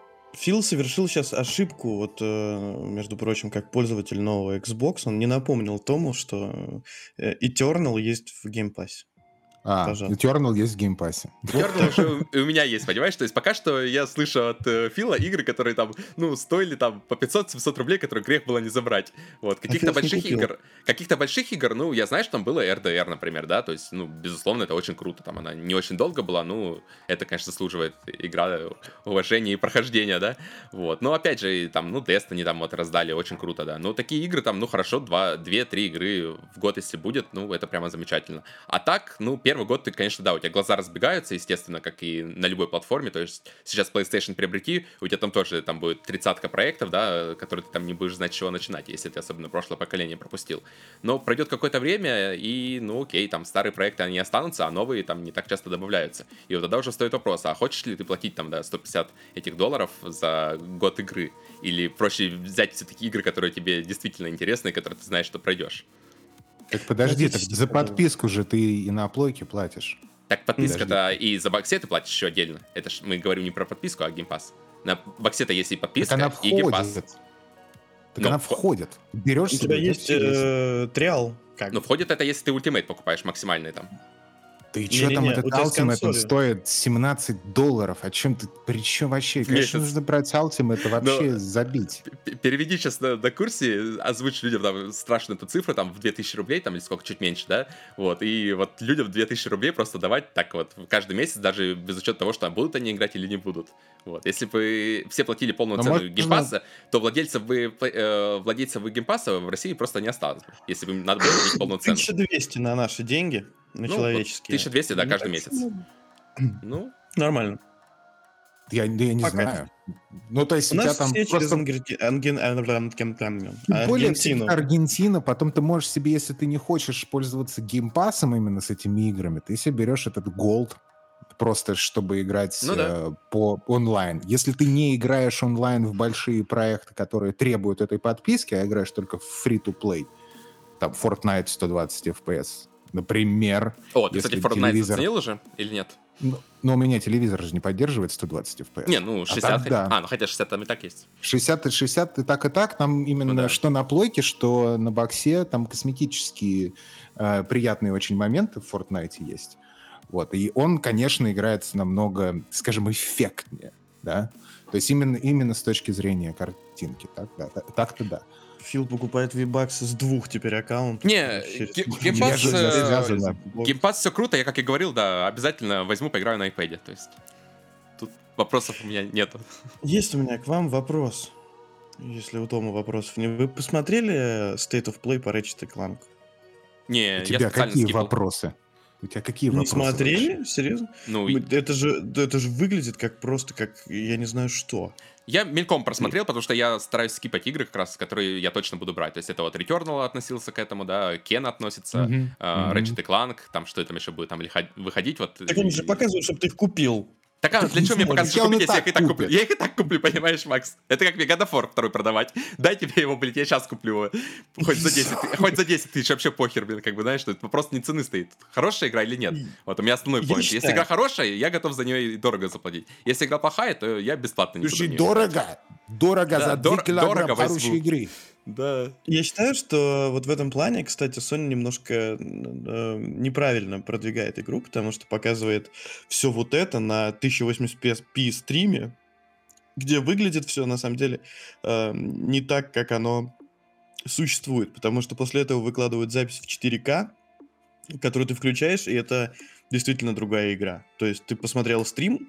Speaker 2: Фил совершил сейчас ошибку, вот, между прочим, как пользователь нового Xbox, он не напомнил Тому, что Eternal есть в Game Pass. Пожалуйста.
Speaker 1: Eternal есть в геймпассе.
Speaker 3: Returnal уже и у меня есть, понимаешь? То есть пока что я слышу от Фила игры, которые там, ну, стоили там по 500-700 рублей, которые грех было не забрать. Вот, каких-то
Speaker 2: Фил не
Speaker 3: больших
Speaker 2: купил.
Speaker 3: игр, ну, я знаю, что там было RDR, например, да, то есть, ну, безусловно, это очень круто, там она не очень долго была, ну, это, конечно, заслуживает игра уважения и прохождения, да, вот, но, опять же, там, ну, Destiny там вот раздали, очень круто, да, ну, такие игры там, ну, хорошо, 2-3 игры в год, если будет, ну, это прямо замечательно. А так, ну, первый год ты, конечно, да, у тебя глаза разбегаются, естественно, как и на любой платформе, то есть сейчас PlayStation приобрети, у тебя там тоже там будет 30-ка проектов, да, которые ты там не будешь знать, с чего начинать, если ты особенно прошлое поколение пропустил. Но пройдет какое-то время, и, ну, окей, там старые проекты, они останутся, а новые там не так часто добавляются. И вот тогда уже стоит вопрос, а хочешь ли ты платить там, да, 150 этих долларов за год игры? Или проще взять все-таки игры, которые тебе действительно интересны, и которые ты знаешь, что пройдешь?
Speaker 1: Так подожди, так
Speaker 2: Хотите,
Speaker 1: за
Speaker 2: пожалуйста.
Speaker 1: подписку же ты и на плойке платишь.
Speaker 3: Так подписка-то и за боксе ты платишь еще отдельно. Это ж мы говорим не про подписку, а геймпас. На боксе-то есть и
Speaker 1: Так
Speaker 3: подписка,
Speaker 1: она
Speaker 3: и геймпас.
Speaker 1: входит. Так
Speaker 3: Но
Speaker 1: она
Speaker 3: вход-
Speaker 1: входит. Берешь
Speaker 2: У тебя
Speaker 1: себе,
Speaker 2: есть
Speaker 1: всё есть.
Speaker 2: триал, как
Speaker 3: Но
Speaker 2: бы.
Speaker 3: входит это, если ты ультимейт покупаешь максимальный там.
Speaker 1: Ты чё там,
Speaker 2: Не-не-не,
Speaker 1: этот
Speaker 2: у тебя с
Speaker 1: Ultimate, он
Speaker 2: консолью.
Speaker 1: стоит $17. О чем ты, при чем вообще?
Speaker 3: В
Speaker 1: Конечно,
Speaker 3: месяц.
Speaker 1: нужно брать Ultimate, это
Speaker 3: Но
Speaker 1: вообще забить.
Speaker 3: переведи сейчас на курсе, озвучь людям там страшную эту цифру, там в 2000 рублей, там или сколько, чуть меньше, да? Вот, и вот людям 2000 рублей просто давать так вот каждый месяц, даже без учета того, что будут они играть или не будут. Вот, если бы все платили полную
Speaker 1: Но
Speaker 3: цену
Speaker 1: можно...
Speaker 3: геймпасса, то владельцев геймпасса в России просто не осталось бы, если бы им надо было платить полную цену.
Speaker 2: 1200 на наши деньги, на
Speaker 3: Ну, вот
Speaker 2: человеческие.
Speaker 3: 1200, да,
Speaker 2: Не
Speaker 3: каждый
Speaker 2: так
Speaker 3: месяц.
Speaker 2: сильно.
Speaker 3: Ну,
Speaker 2: Нормально.
Speaker 1: Я не
Speaker 2: Пока.
Speaker 1: знаю. Ну, то есть
Speaker 2: У
Speaker 1: у тебя
Speaker 2: нас
Speaker 1: там
Speaker 2: все через
Speaker 1: просто... Тем более все-таки
Speaker 2: Аргентину.
Speaker 1: Аргентина, потом ты можешь себе, если ты не хочешь пользоваться геймпасом именно с этими играми, ты себе берешь этот Gold, просто чтобы играть
Speaker 3: ну да.
Speaker 1: по онлайн. Если ты не играешь онлайн в большие проекты, которые требуют этой подписки, а играешь только в free-to-play, там Fortnite 120 FPS, например.
Speaker 3: О, ты, кстати,
Speaker 1: если
Speaker 3: Fortnite
Speaker 1: телевизор...
Speaker 3: заценил уже или нет?
Speaker 1: Но у меня телевизор же не поддерживает 120 FPS.
Speaker 3: Не, ну 60
Speaker 1: А тогда...
Speaker 3: ну хотя 60 там и так есть.
Speaker 1: 60 и так, там именно
Speaker 3: Ну да.
Speaker 1: что на плойке, что на боксе, там косметические приятные очень моменты в Fortnite есть. Вот. И он, конечно, играется намного, скажем, эффектнее, да? То есть именно с точки зрения картинки. Так-то да.
Speaker 2: Фил покупает V-Bucks с 2 теперь аккаунтов.
Speaker 3: Не,
Speaker 1: Я же связано.
Speaker 3: геймпад все круто, я, как и говорил, да, обязательно возьму, поиграю на iPad. То есть тут вопросов у меня нету.
Speaker 2: Есть у меня к вам вопрос. Если у Тома вопросов не... Вы посмотрели State of Play по Ratchet Clank?
Speaker 3: Не,
Speaker 1: У
Speaker 3: я
Speaker 1: тебя
Speaker 3: специально
Speaker 1: какие
Speaker 3: скипал.
Speaker 1: вопросы? У тебя какие
Speaker 2: Не
Speaker 1: вопросы
Speaker 2: смотрели?
Speaker 1: вообще?
Speaker 2: Серьезно?
Speaker 3: Ну,
Speaker 2: Это же выглядит как просто, как я не знаю что.
Speaker 3: я мельком просмотрел, потому что я стараюсь скипать игры, как раз, которые я точно буду брать. То есть это вот Returnal относился к этому, да, Ken относится, Ratchet Clank, там что там еще будет там выходить. Вот,
Speaker 2: Так они же показывают, чтобы ты их купил.
Speaker 3: Так, а для чего мне показывать, что
Speaker 1: он и
Speaker 3: купить, если я их и так
Speaker 1: так
Speaker 3: куплю?
Speaker 1: купит.
Speaker 3: Я их и так куплю, понимаешь, Макс? Это как мне God of War 2 продавать. Дай тебе его, блядь, я сейчас куплю его. Хоть за 10 тысяч, вообще похер, блин, как бы, знаешь, что это вопрос не цены стоит. Хорошая игра или нет? Вот у меня основной
Speaker 2: Я
Speaker 3: поинт. Если
Speaker 2: считаю-
Speaker 3: игра хорошая, я готов за нее и дорого заплатить. Если игра плохая, то я бесплатно не буду в
Speaker 1: Слушай,
Speaker 3: неё
Speaker 1: дорого
Speaker 3: Да,
Speaker 1: за 2
Speaker 3: дорого
Speaker 1: килограмма
Speaker 3: возьму.
Speaker 1: хорошей игры.
Speaker 3: играть. Да.
Speaker 2: Я считаю, что вот в этом плане, кстати, Sony немножко неправильно продвигает игру, потому что показывает все вот это на 1080p стриме, где выглядит все на самом деле не так, как оно существует, потому что после этого выкладывают запись в 4К, которую ты включаешь, и это действительно другая игра. То есть ты посмотрел стрим,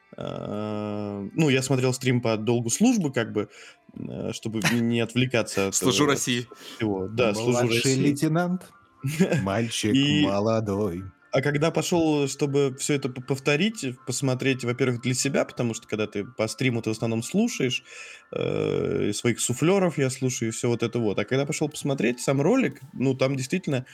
Speaker 2: ну, я смотрел стрим по долгу службы, как бы, чтобы не отвлекаться от
Speaker 3: Служу
Speaker 2: от
Speaker 3: России.
Speaker 2: всего. Да, служу
Speaker 1: Младший
Speaker 2: России.
Speaker 1: лейтенант, мальчик
Speaker 2: И-
Speaker 1: молодой.
Speaker 2: А когда пошел, чтобы все это повторить, посмотреть, во-первых, для себя, потому что когда ты по стриму ты в основном слушаешь, и своих суфлеров я слушаю, и все вот это вот. А когда пошел посмотреть сам ролик, ну, там действительно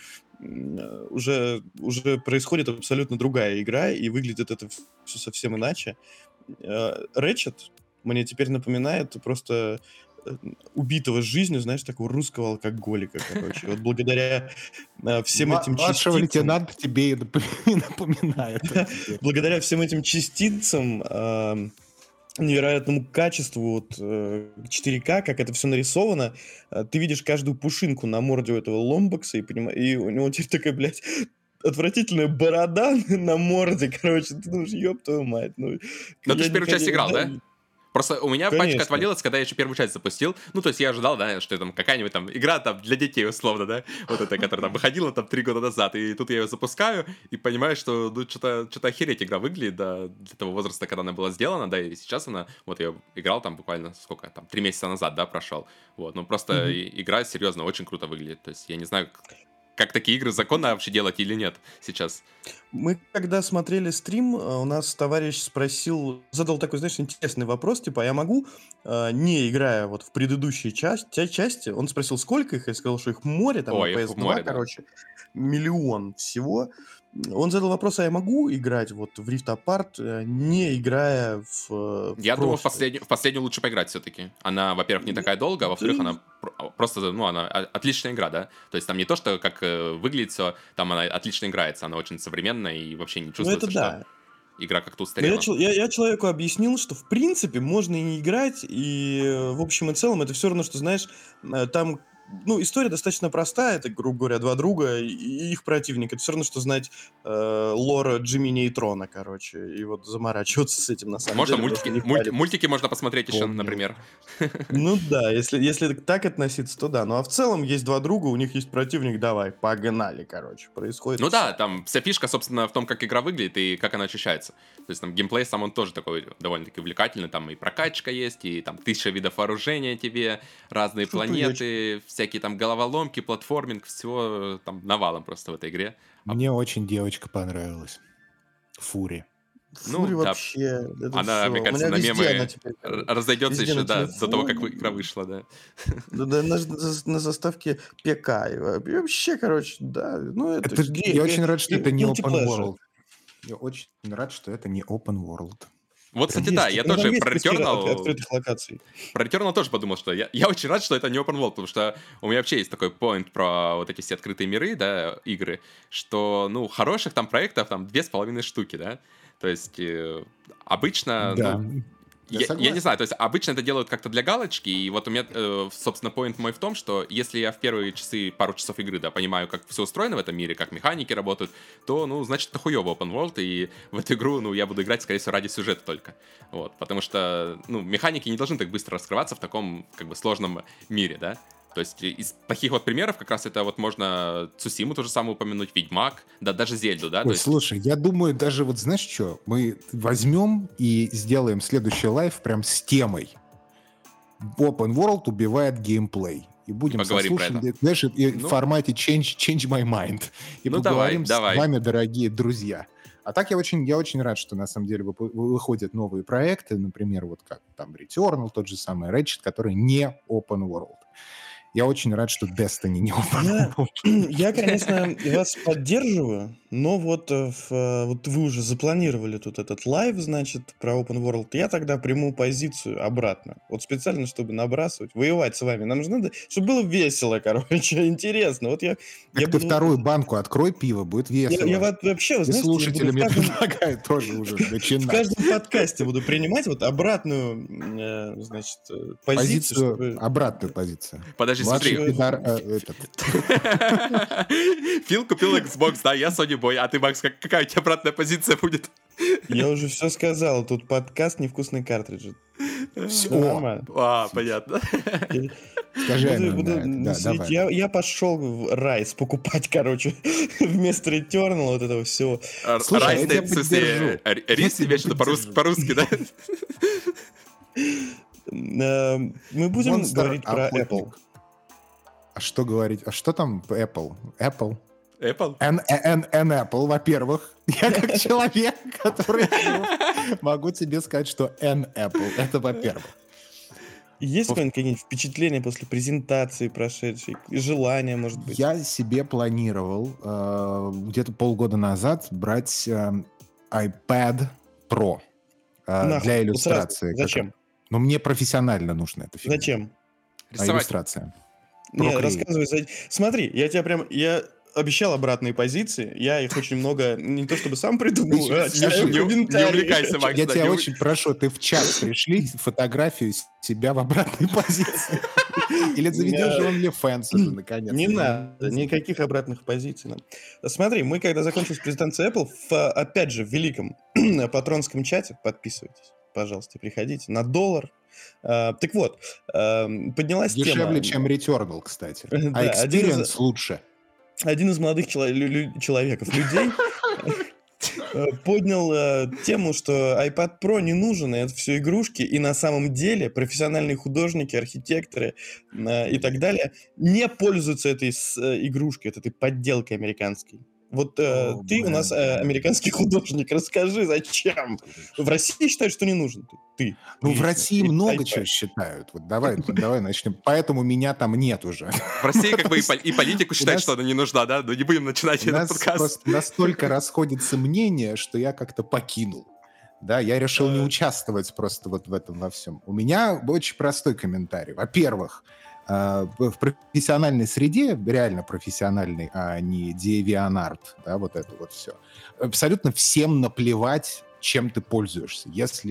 Speaker 2: уже происходит абсолютно другая игра, и выглядит это все совсем иначе. Ratchet мне теперь напоминает просто убитого жизнью, знаешь, такого русского алкоголика, короче. Вот благодаря всем этим
Speaker 1: Младшего
Speaker 2: частицам...
Speaker 1: лейтенанта тебе и напоминает.
Speaker 2: Благодаря всем этим частицам, невероятному качеству вот, 4К, как это все нарисовано, ты видишь каждую пушинку на морде у этого ломбокса, и у него теперь такая, блядь, отвратительная борода на морде, короче. Ты думаешь, ёб твою мать. Ну,
Speaker 3: Но ты
Speaker 2: я
Speaker 3: же первую часть играл, да? Просто у меня
Speaker 2: Конечно.
Speaker 3: пачка отвалилась, когда я еще первую часть запустил. Ну, то есть я ожидал, да, что там какая-нибудь там игра там для детей, условно, да, вот эта, которая там выходила там 3 года назад, и тут я ее запускаю, и понимаю, что ну, что-то охереть игра выглядит, да, для того возраста, когда она была сделана, да, и сейчас она, вот я играл там буквально, сколько там, 3 месяца назад, да, прошел, вот, ну, просто игра, серьезно, очень круто выглядит, то есть я не знаю, как такие игры законно вообще делать или нет сейчас.
Speaker 2: Мы когда смотрели стрим, у нас товарищ задал такой, знаешь, интересный вопрос, типа, а я могу, не играя вот в предыдущие части, он спросил, сколько их, я сказал, что их море, там,
Speaker 3: Ой,
Speaker 2: на
Speaker 3: их
Speaker 2: PS2,
Speaker 3: море, да.
Speaker 2: короче, миллион всего. Он задал вопрос, а я могу играть вот в Rift Apart, не играя в
Speaker 3: Я думаю, в
Speaker 2: прошлое?
Speaker 3: последнюю лучше поиграть все-таки. Она, во-первых, не такая долгая, а во-вторых,
Speaker 2: Да.
Speaker 3: она просто, ну, она отличная игра, да. То есть там не то, что как выглядит все, там она отлично играется, она очень современная и вообще не
Speaker 2: Ну,
Speaker 3: чувствуется,
Speaker 2: это да.
Speaker 3: что игра как-то
Speaker 2: Но
Speaker 3: устарела.
Speaker 2: я человеку объяснил, что в принципе можно и не играть, и в общем и целом это все равно, что, знаешь, там история достаточно простая. Это, грубо говоря, два друга и их противник. Это все равно, что знать лора Джимми Нейтрона, короче. И вот заморачиваться с этим, на самом
Speaker 3: Можно
Speaker 2: деле.
Speaker 3: мультики можно посмотреть еще,
Speaker 1: Помню.
Speaker 3: например.
Speaker 2: Ну да, если так относиться, то да. Ну а в целом есть два друга, у них есть противник, давай, погнали, короче. Происходит
Speaker 3: Ну
Speaker 2: всё.
Speaker 3: да, там вся фишка, собственно, в том, как игра выглядит и как она ощущается. То есть там геймплей сам он тоже такой довольно-таки увлекательный. Там и прокачка есть, и там 1000 видов вооружения тебе, разные
Speaker 2: Что-то
Speaker 3: планеты, всякие там головоломки, платформинг, всего там навалом просто в этой игре.
Speaker 1: Мне очень девочка понравилась. Фури.
Speaker 3: Ну,
Speaker 2: Фури
Speaker 3: да.
Speaker 2: вообще, это
Speaker 3: Она,
Speaker 2: всё.
Speaker 3: мне
Speaker 2: У
Speaker 3: кажется,
Speaker 2: меня
Speaker 3: на
Speaker 2: везде
Speaker 3: мемы
Speaker 2: она теперь,
Speaker 3: разойдется
Speaker 2: везде
Speaker 3: еще,
Speaker 2: на
Speaker 3: да, до того, как
Speaker 2: телефоне.
Speaker 3: игра вышла, да.
Speaker 2: Да, на заставке ПК. И вообще, короче, да. Ну, это
Speaker 1: Я очень рад, что это не
Speaker 2: guilty
Speaker 1: open
Speaker 2: pleasure.
Speaker 1: world. Я очень рад, что это не open world.
Speaker 3: Вот, кстати, да, я
Speaker 2: Там
Speaker 3: тоже
Speaker 2: есть
Speaker 3: про
Speaker 2: атмосфера
Speaker 3: Returnal...
Speaker 2: открытых локаций.
Speaker 3: Про Returnal тоже подумал, что я очень рад, что это не open world, потому что у меня вообще есть такой поинт про вот эти все открытые миры, да, игры, что, ну, хороших там проектов там 2,5 штуки, да, то есть обычно,
Speaker 1: Да.
Speaker 3: ну,
Speaker 1: Я
Speaker 3: я
Speaker 1: согласен.
Speaker 3: не знаю, то есть обычно это делают как-то для галочки, и вот у меня, собственно, поинт мой в том, что если я в первые часы, пару часов игры, да, понимаю, как все устроено в этом мире, как механики работают, то, ну, значит, это хуёво open world, и в эту игру, ну, я буду играть, скорее всего, ради сюжета только, вот, потому что, ну, механики не должны так быстро раскрываться в таком, как бы, сложном мире, да. То есть из таких вот примеров как раз это вот можно Цусиму ту же самую упомянуть, Ведьмак, да даже Зельду, да?
Speaker 1: Ой,
Speaker 3: То есть...
Speaker 1: слушай, я думаю, даже вот знаешь что, мы возьмем и сделаем следующий лайв прям с темой. Open World убивает геймплей. И будем
Speaker 3: поговорим про
Speaker 1: сослушать,
Speaker 3: это.
Speaker 1: знаешь, и
Speaker 3: Ну.
Speaker 1: в формате change my mind. И
Speaker 3: Ну,
Speaker 1: поговорим
Speaker 3: давай.
Speaker 1: с вами, дорогие друзья. А так я очень рад, что на самом деле выходят новые проекты, например, вот как там Returnal, тот же самый Ratchet, который не open world. Я очень рад, что Destiny не open world.
Speaker 2: Я, конечно, вас поддерживаю, но вот вы уже запланировали тут этот лайв, значит, про Open World. Я тогда приму позицию обратно. Вот специально, чтобы набрасывать, воевать с вами. Нам же надо, чтобы было весело, короче, интересно. Вот я
Speaker 1: Так ты
Speaker 2: буду...
Speaker 1: вторую банку открой пиво, будет весело.
Speaker 2: Я вообще, вы
Speaker 1: И
Speaker 2: знаете,
Speaker 1: слушатели
Speaker 2: я буду
Speaker 1: мне
Speaker 2: в каждом-
Speaker 1: предлагают тоже уже
Speaker 2: в
Speaker 1: начинать.
Speaker 2: каждом подкасте буду принимать вот обратную, значит, позицию, чтобы...
Speaker 1: Обратную позицию.
Speaker 3: Подожди,
Speaker 1: Младший
Speaker 3: смотри.
Speaker 1: пидар,
Speaker 3: Фил купил Xbox, да, я Sony Boy, а ты, Макс, какая у тебя обратная позиция будет?
Speaker 2: Я уже все сказал, тут подкаст «Невкусные картриджи».
Speaker 1: Всё.
Speaker 2: Нормально.
Speaker 3: Понятно.
Speaker 1: Скажи,
Speaker 2: Буду
Speaker 1: да,
Speaker 2: сидеть.
Speaker 1: давай.
Speaker 2: Я пошел в Райс покупать, короче, вместо Returnal вот этого всего.
Speaker 1: Слушай,
Speaker 3: Райс,
Speaker 1: я
Speaker 3: ты,
Speaker 1: тебя
Speaker 3: в смысле,
Speaker 1: поддержу.
Speaker 3: рис
Speaker 1: Я
Speaker 3: тебе
Speaker 1: тебя
Speaker 3: что-то
Speaker 1: поддержу.
Speaker 3: по-русски, да?
Speaker 2: Мы будем
Speaker 1: Monster
Speaker 2: говорить про
Speaker 1: охотник.
Speaker 2: Apple.
Speaker 1: А что говорить? А что там Apple? Apple?
Speaker 3: Apple?
Speaker 1: N Apple, во-первых. Я как человек, который могу тебе сказать, что N Apple. Это во-первых.
Speaker 2: Есть у тебя какие-нибудь впечатления после презентации прошедшей? И желания, может быть?
Speaker 1: Я себе планировал где-то полгода назад брать iPad Pro
Speaker 2: Нахуй,
Speaker 1: для
Speaker 2: вот
Speaker 1: иллюстрации.
Speaker 2: сразу. Зачем?
Speaker 1: Но мне профессионально нужна эта фигня.
Speaker 2: Зачем?
Speaker 3: Рисовать.
Speaker 1: Иллюстрация.
Speaker 2: Не,
Speaker 1: Procreate.
Speaker 2: рассказывай. Смотри, я обещал обратные позиции, я их очень много, не то чтобы сам придумал, а читаю
Speaker 3: Не
Speaker 2: комментарии.
Speaker 3: увлекайся, Макс.
Speaker 1: Я
Speaker 3: да,
Speaker 1: тебя
Speaker 3: не у-
Speaker 1: очень прошу, ты в чат пришли фотографию себя в обратной позиции. Или заведешь же OnlyFans уже, наконец.
Speaker 2: Не надо, никаких обратных позиций нам. Смотри, мы когда закончилась презентация Apple, опять же, в великом патронском чате, подписывайтесь, пожалуйста, приходите, на $1. Так вот, поднялась тема...
Speaker 1: Дешевле, чем Returnal, кстати. А
Speaker 2: Да, один из-
Speaker 1: Experience лучше.
Speaker 2: Один из молодых людей поднял тему, что iPad Pro не нужен, и это все игрушки, и на самом деле профессиональные художники, архитекторы и так далее не пользуются этой игрушкой, этой подделкой американской. Вот ты у нас американский художник, расскажи, зачем? В России считают, что не нужен ты.
Speaker 1: Ну, в
Speaker 2: лично.
Speaker 1: России
Speaker 2: И
Speaker 1: много
Speaker 2: iPad.
Speaker 1: чего считают. Вот давай начнем. Поэтому меня там нет уже.
Speaker 3: В России как бы и политику считают,
Speaker 1: нас-
Speaker 3: что она не нужна, да? Но не будем начинать
Speaker 1: У
Speaker 3: этот
Speaker 1: нас
Speaker 3: подкаст.
Speaker 1: просто настолько расходятся мнения, что я как-то покинул. Да, я решил не участвовать просто вот в этом во всем. У меня очень простой комментарий. Во-первых, в профессиональной среде, реально профессиональной, а не DeviantArt, да, вот это вот все, абсолютно всем наплевать, чем ты пользуешься. Если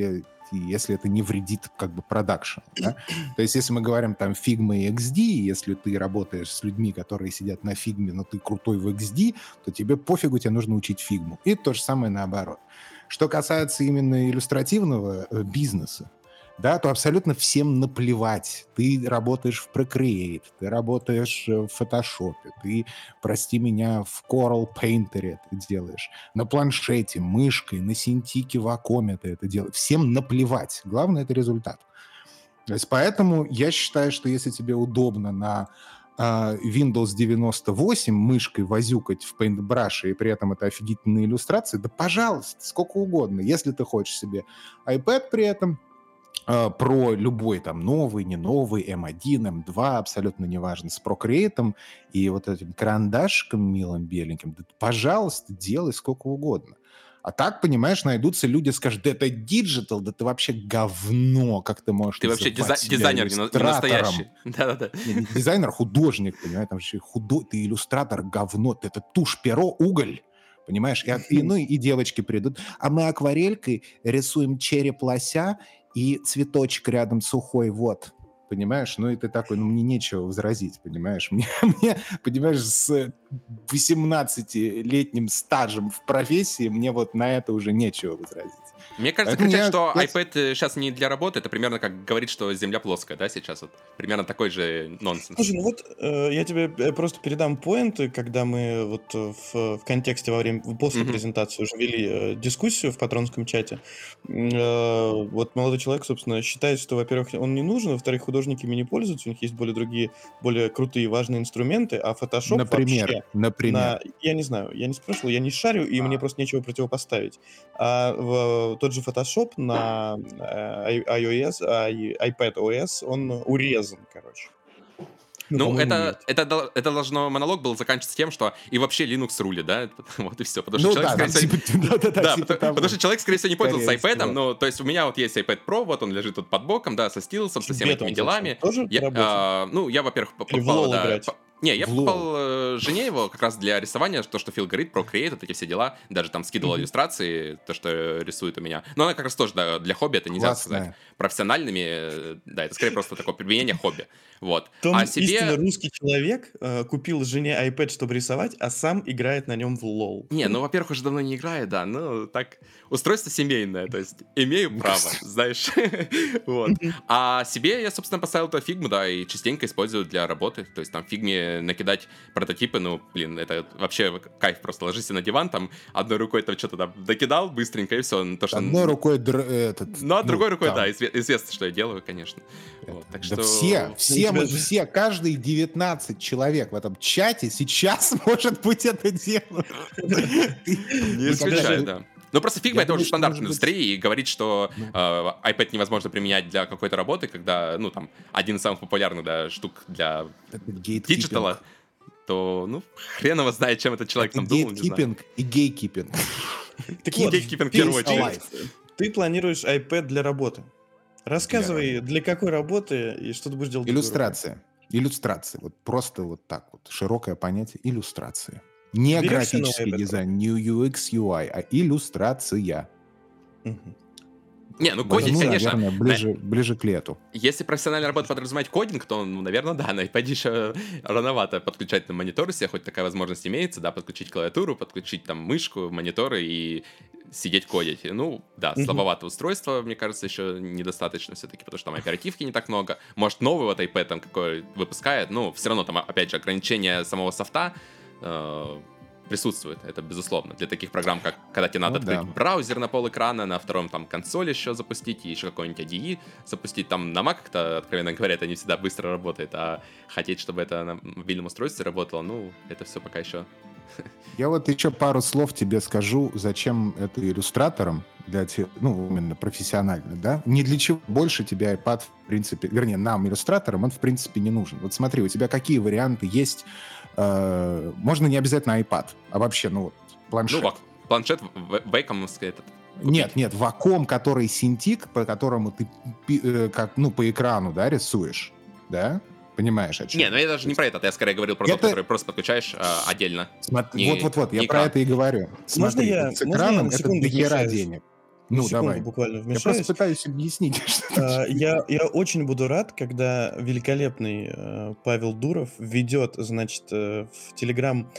Speaker 1: если это не вредит как бы продакшену. Да? То есть если мы говорим там Figma и XD, если ты работаешь с людьми, которые сидят на Figma, но ты крутой в XD, то тебе пофигу, тебе нужно учить Figma. И то же самое наоборот. Что касается именно иллюстративного бизнеса, да, то абсолютно всем наплевать. Ты работаешь в Procreate, ты работаешь в Photoshop, ты, прости меня, в Coral Painter это делаешь, на планшете, мышкой, на Cintiq, Wacom ты это делаешь. Всем наплевать. Главное — это результат. То есть поэтому я считаю, что если тебе удобно на Windows 98 мышкой возюкать в Paintbrush, и при этом это офигительные иллюстрации, да пожалуйста, сколько угодно. Если ты хочешь себе iPad при этом, про любой там новый, не новый, M1, M2, абсолютно неважно, с Procreate и вот этим карандашиком милым беленьким, да, пожалуйста, делай сколько угодно. А так, понимаешь, найдутся люди, скажут, да это Digital, да ты вообще говно, как ты можешь
Speaker 3: Ты вообще дизайнер не настоящий. Да-да-да.
Speaker 1: Не дизайнер, художник, понимаешь, там вообще ты иллюстратор, говно, ты это тушь, перо, уголь. Понимаешь, и девочки придут. А мы акварелькой рисуем череп лося и цветочек рядом сухой, вот. Понимаешь? Ну, и ты такой, ну, мне нечего возразить, понимаешь? Мне, понимаешь, с 18-летним стажем в профессии мне вот на это уже нечего возразить.
Speaker 3: Мне кажется, кричать, что iPad сейчас не для работы, это примерно как говорить, что Земля плоская, да, сейчас вот. Примерно такой же нонсенс.
Speaker 2: Слушай, ну вот я тебе просто передам поинты, когда мы вот в контексте после презентации уже вели дискуссию в патронском чате. Вот молодой человек, собственно, считает, что, во-первых, он не нужен, во-вторых, художники ими не пользуются, у них есть более крутые и важные инструменты, а Photoshop
Speaker 1: например.
Speaker 2: Я не знаю, я не спрашивал, я не шарю, и мне просто нечего противопоставить. А тот же Photoshop на iOS, iPadOS, он урезан, короче.
Speaker 3: Ну, это должно монолог был заканчиваться тем, что и вообще Linux рулит, да? Вот и все. Потому что человек, скорее всего, не пользовался iPad, ну, то есть у меня вот есть iPad Pro, вот он лежит тут под боком, да, со стилусом, со всеми этими делами. Ну, я, во-первых, попал, да... Не, я покупал жене его как раз для рисования, то, что Фил говорит, Procreate, вот эти все дела. Даже там скидывал иллюстрации, то, что рисует у меня. Но она как раз тоже для хобби, это нельзя сказать профессиональными. Да, это скорее просто такое применение хобби. Вот.
Speaker 2: Том истинно русский человек купил жене iPad, чтобы рисовать, а сам играет на нем в LOL.
Speaker 3: Не, ну, во-первых, уже давно не играет, да. Ну, так, устройство семейное, то есть имею право, знаешь. Вот. А себе я, собственно, поставил эту фигму, да, и частенько использую для работы. То есть там в фигме накидать прототипы, ну, блин, это вообще кайф, просто ложишься на диван, там, одной рукой там что-то там докидал быстренько, и все. То, что...
Speaker 1: Одной рукой
Speaker 3: ну, а другой рукой, да, известно, что я делаю, конечно. Вот, так
Speaker 1: да
Speaker 3: что...
Speaker 1: все, каждый 19 человек в этом чате сейчас, может быть, это делают.
Speaker 3: Не исключаю, да. Ну, просто фигма — это уже стандарт в индустрии, и говорить, что iPad невозможно применять для какой-то работы, когда, ну, там, один из самых популярных, да, штук для диджитала, то, ну, хрен его знает, чем этот человек там думал, не знаю.
Speaker 1: Гейткипинг и гейкипинг.
Speaker 3: Гейткипинг в первую очередь.
Speaker 2: Ты планируешь iPad для работы. Рассказывай, для какой работы и что ты будешь делать.
Speaker 1: Иллюстрация. Вот просто вот так вот. Широкое понятие иллюстрация. Не графический дизайн, не UX, UI, а иллюстрация.
Speaker 3: Не, ну кодить, конечно.
Speaker 1: Наверное, ближе к лету.
Speaker 3: Если профессиональная работа подразумевает кодинг, то, ну, наверное, да, на iPad еще рановато подключать на монитор, если хоть такая возможность имеется, да, подключить клавиатуру, подключить там мышку, мониторы и сидеть кодить. Ну, да, слабовато устройство, мне кажется, еще недостаточно все-таки, потому что там оперативки не так много. Может, новый вот iPad там какой выпускает, ну, все равно там, опять же, ограничение самого софта присутствует, это безусловно. Для таких программ, как когда тебе надо открыть браузер на полэкрана, на втором там консоль еще запустить, и еще какой-нибудь IDE запустить. Там на Mac как-то, откровенно говоря, это не всегда быстро работает, а хотеть, чтобы это на мобильном устройстве работало, ну, это все пока еще...
Speaker 1: Я вот еще пару слов тебе скажу, зачем это иллюстраторам, для ну, именно профессионально, да? Не для чего больше тебе iPad, в принципе, вернее, нам, иллюстраторам, он, в принципе, не нужен. Вот смотри, у тебя какие варианты есть. Можно не обязательно iPad, а вообще, ну, вот, планшет.
Speaker 3: Ну, планшет, вейкомовский этот.
Speaker 1: Нет, Wacom, который Cintiq, по которому ты, как, ну, по экрану, да, рисуешь, да? Понимаешь, о чем?
Speaker 3: Не, ну я даже не про это, я скорее говорил про тот, который просто подключаешь отдельно.
Speaker 1: Вот, я про это и говорю. Смотри, с экраном это дохера денег. Ну,
Speaker 2: секунду
Speaker 1: давай.
Speaker 2: буквально
Speaker 1: Я просто
Speaker 2: вмешаюсь.
Speaker 1: пытаюсь объяснить, что ты
Speaker 2: Я очень буду рад, когда великолепный Павел Дуров ведет, значит, в Телеграм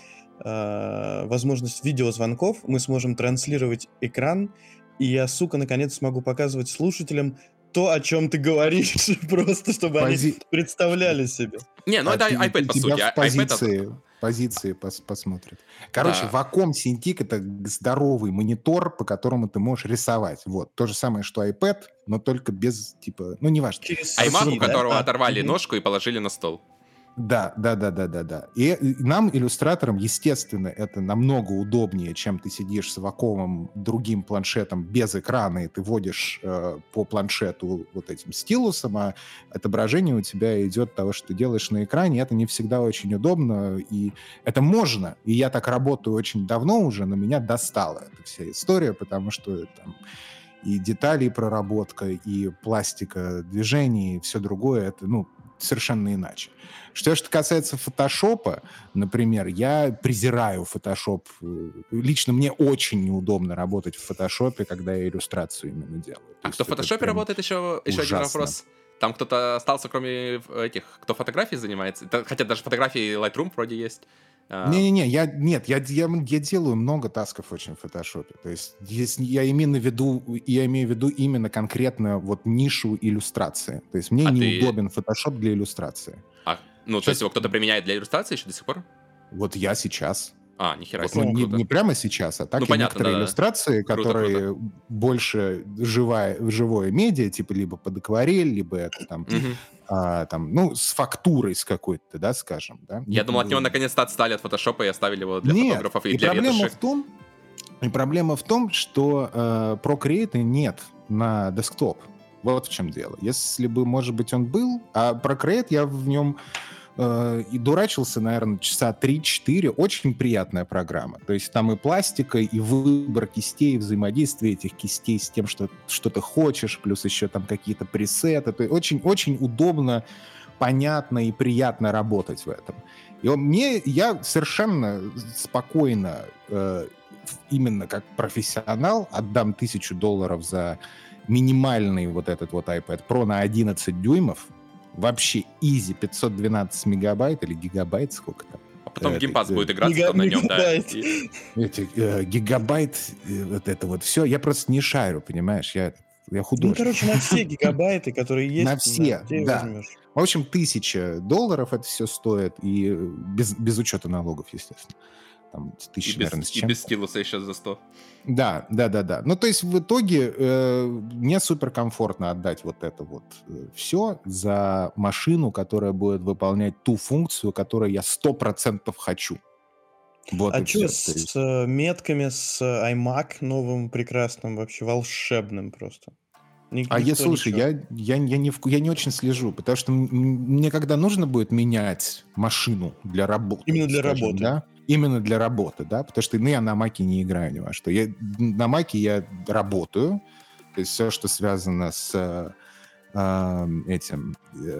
Speaker 2: возможность видеозвонков. Мы сможем транслировать экран, и я, сука, наконец смогу показывать слушателям то, о чем ты говоришь, просто чтобы они
Speaker 1: Пози-
Speaker 2: представляли себе.
Speaker 3: Не, ну это iPad, по сути.
Speaker 1: тебя в
Speaker 3: iPad
Speaker 1: позиции посмотрят. Короче,
Speaker 3: Да.
Speaker 1: Wacom Cintiq — это здоровый монитор, по которому ты можешь рисовать. Вот. То же самое, что iPad, но только без, типа, ну, неважно.
Speaker 2: Через
Speaker 3: iMac, у
Speaker 2: C, да?
Speaker 3: которого
Speaker 2: А,
Speaker 3: оторвали
Speaker 2: мгм.
Speaker 3: ножку и положили на стол.
Speaker 1: Да. И нам, иллюстраторам, естественно, это намного удобнее, чем ты сидишь с Wacom другим планшетом без экрана, и ты водишь по планшету вот этим стилусом, а отображение у тебя идет того, что ты делаешь на экране. Это не всегда очень удобно, и это можно. И я так работаю очень давно уже, но меня достала эта вся история, потому что там и детали, и проработка, и пластика движений, и все другое, это, ну, совершенно иначе. Что касается фотошопа, например, я презираю фотошоп. Лично мне очень неудобно работать в фотошопе, когда я иллюстрацию именно делаю. То
Speaker 3: А
Speaker 1: есть
Speaker 3: кто в
Speaker 1: это
Speaker 3: фотошопе
Speaker 1: прям
Speaker 3: работает, еще один
Speaker 1: ужасно.
Speaker 3: вопрос. Там кто-то остался, кроме этих, кто фотографией занимается? Хотя даже фотографии Lightroom вроде есть.
Speaker 1: Не-не-не, я делаю много тасков очень в фотошопе. То есть я имею в виду именно конкретно вот нишу иллюстрации. То есть мне
Speaker 3: А
Speaker 1: неудобен фотошоп для иллюстрации.
Speaker 3: Ну, то
Speaker 1: Сейчас-
Speaker 3: есть его кто-то применяет для иллюстрации еще до сих пор?
Speaker 1: Вот я сейчас.
Speaker 3: Нихера
Speaker 1: Вот,
Speaker 3: себе,
Speaker 1: ну,
Speaker 3: круто.
Speaker 1: не прямо сейчас, а так
Speaker 3: Ну,
Speaker 1: и
Speaker 3: понятно,
Speaker 1: некоторые
Speaker 3: да-да.
Speaker 1: иллюстрации,
Speaker 3: Круто,
Speaker 1: которые больше живое медиа, типа либо под акварель, либо это там,
Speaker 3: Мгм.
Speaker 1: ну, с фактурой с какой-то, да, скажем. Да?
Speaker 3: Я думал, от него наконец-то отстали от фотошопа и оставили его для
Speaker 1: Нет,
Speaker 3: фотографов и
Speaker 1: и
Speaker 3: для
Speaker 1: проблема
Speaker 3: ретуши.
Speaker 1: в том, что Procreate нет на десктоп. Вот в чем дело. Если бы, может быть, он был, а Procreate я в нем и дурачился, наверное, часа 3-4. Очень приятная программа. То есть там и пластика, и выбор кистей, и взаимодействие этих кистей с тем, что ты хочешь, плюс еще там какие-то пресеты. То есть очень удобно, понятно и приятно работать в этом. И я совершенно спокойно, именно как профессионал, отдам $1000 за минимальный вот этот вот iPad Pro на 11 дюймов. Вообще изи, 512 мегабайт или гигабайт, сколько там?
Speaker 3: А потом геймпад будет играться там на нем, да.
Speaker 2: Мегабайт.
Speaker 1: Гигабайт, вот это вот все. Я просто не шарю, понимаешь? Я
Speaker 2: Ну,
Speaker 1: художник.
Speaker 2: короче, на все гигабайты, которые есть,
Speaker 1: На все,
Speaker 2: те и
Speaker 1: да.
Speaker 2: возьмешь.
Speaker 1: В общем, $1000 это все стоит, и без учета налогов, естественно. Там
Speaker 3: И
Speaker 1: тысяча, наверное, с
Speaker 3: без
Speaker 1: чем-то.
Speaker 3: стилуса еще за 100.
Speaker 1: Да. Ну, то есть в итоге мне суперкомфортно отдать вот это вот все за машину, которая будет выполнять ту функцию, которую я 100% хочу. Вот
Speaker 2: А
Speaker 1: и
Speaker 2: что
Speaker 1: все.
Speaker 2: с метками, с iMac новым, прекрасным, вообще волшебным просто?
Speaker 1: Слушай, я не очень слежу, потому что мне когда нужно будет менять машину для работы,
Speaker 2: Именно для
Speaker 1: скажем,
Speaker 2: работы.
Speaker 1: да, именно для работы, да, потому что я на Маке не играю ни во что. На Маке я работаю, то есть все, что связано с этим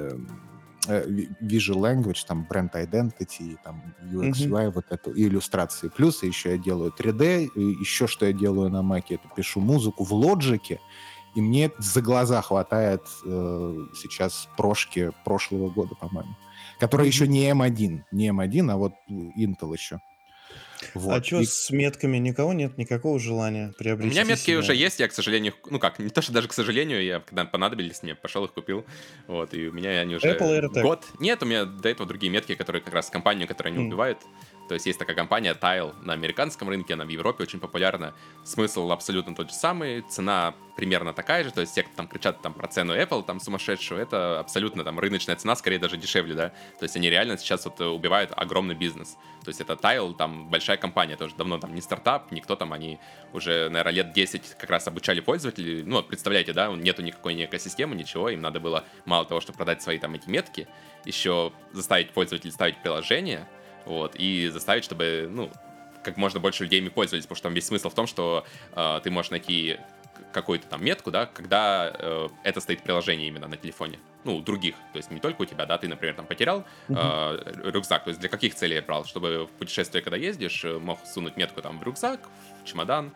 Speaker 1: Visual Language, там, Brand Identity, там, UX, UI, вот это, и иллюстрации. Плюс еще я делаю 3D, и еще что я делаю на Маке, это пишу музыку в Logic, и мне за глаза хватает сейчас прошки прошлого года, по-моему, которая еще не M1, а вот Intel еще. Вот.
Speaker 2: А что с метками? Никого нет никакого желания
Speaker 3: У
Speaker 2: приобрести
Speaker 3: меня метки
Speaker 2: себе?
Speaker 3: уже есть, я, к сожалению, ну как, не то, что даже к сожалению, я когда понадобились мне, пошел их купил, вот, и у меня они уже
Speaker 2: Apple AirTag?
Speaker 3: год. Нет, у меня до этого другие метки, которые как раз компанию, которая не убивает. То есть есть такая компания Tile на американском рынке, она в Европе очень популярна. Смысл абсолютно тот же самый, цена примерно такая же, то есть те, кто там кричат там про цену Apple, там сумасшедшую, это абсолютно там рыночная цена, скорее даже дешевле, да. То есть они реально сейчас вот убивают огромный бизнес. То есть это Tile, там большая компания, тоже давно там не стартап, никто там, они уже, наверное, лет 10 как раз обучали пользователей. Ну, вот представляете, да, нету никакой ни экосистемы, ничего, им надо было мало того, чтобы продать свои там эти метки, еще заставить пользователей ставить приложение, вот, и заставить, чтобы, ну, как можно больше людей ими пользовались, потому что там весь смысл в том, что ты можешь найти какую-то там метку, да, когда это стоит приложение именно на телефоне, ну, у других, то есть не только у тебя, да, ты, например, там потерял рюкзак, то есть для каких целей я брал, чтобы в путешествие, когда ездишь, мог сунуть метку там в рюкзак, в чемодан,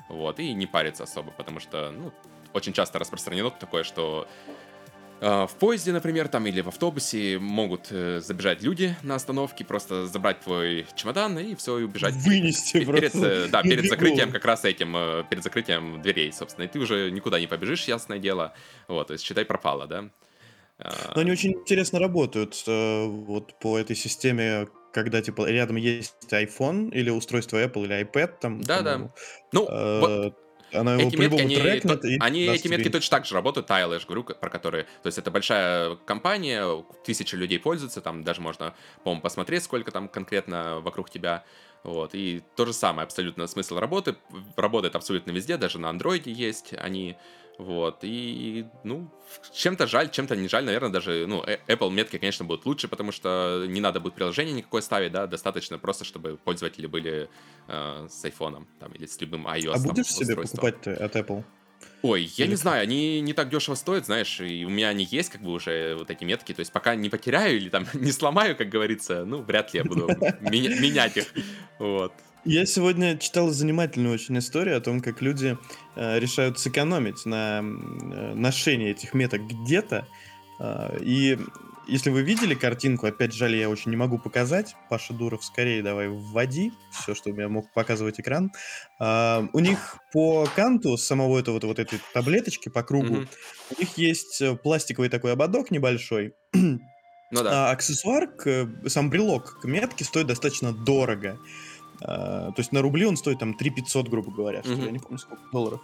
Speaker 3: вот, и не париться особо, потому что, ну, очень часто распространено такое, что в поезде, например, там или в автобусе могут забежать люди на остановке, просто забрать твой чемодан и все, и убежать.
Speaker 2: Вынести просто на
Speaker 3: перед
Speaker 2: бегу.
Speaker 3: закрытием, как раз этим, перед закрытием дверей, собственно. И ты уже никуда не побежишь, ясное дело. Вот, то есть, считай, пропало, да?
Speaker 2: Но они очень интересно работают вот по этой системе, когда типа рядом есть iPhone или устройство Apple или iPad, там,
Speaker 3: Да.
Speaker 2: по-моему,
Speaker 3: Ну, вот
Speaker 2: она его
Speaker 3: эти метки,
Speaker 2: по-любому трекнет и
Speaker 3: они
Speaker 2: даст
Speaker 3: эти
Speaker 2: тебе
Speaker 3: метки
Speaker 2: инфу.
Speaker 3: точно так же работают, Tile, я же говорю, про которые, то есть это большая компания, 1000 людей пользуются, там даже можно, по-моему, посмотреть, сколько там конкретно вокруг тебя, вот, и то же самое, абсолютно смысл работы, работает абсолютно везде, даже на андроиде есть они, вот, и, ну, чем-то жаль, чем-то не жаль, наверное, даже, ну, Apple метки, конечно, будут лучше, потому что не надо будет приложение никакое ставить, да, достаточно просто, чтобы пользователи были с айфоном, там, или с любым iOS
Speaker 2: А
Speaker 3: там,
Speaker 2: будешь себе
Speaker 3: устройством.
Speaker 2: покупать от Apple?
Speaker 3: Ой, я
Speaker 2: Или
Speaker 3: не
Speaker 2: как?
Speaker 3: знаю, они не так дешево стоят, знаешь, и у меня они есть, как бы, уже вот эти метки, то есть пока не потеряю или там не сломаю, как говорится, ну, вряд ли я буду менять их, вот.
Speaker 2: Я сегодня читал занимательную очень историю о том, как люди решают сэкономить на ношении этих меток где-то. И если вы видели картинку, опять жаль, я очень не могу показать. Паша Дуров, скорее давай вводи все, что я мог показывать экран. У них по канту самого этого вот этой таблеточки по кругу,
Speaker 3: Мгм.
Speaker 2: у них есть пластиковый такой ободок небольшой.
Speaker 3: Ну да.
Speaker 2: А аксессуар, сам брелок к метке стоит достаточно дорого. То есть на рубли он стоит там 3500, грубо говоря, что ли, я
Speaker 3: Мгм.
Speaker 2: не помню, сколько долларов.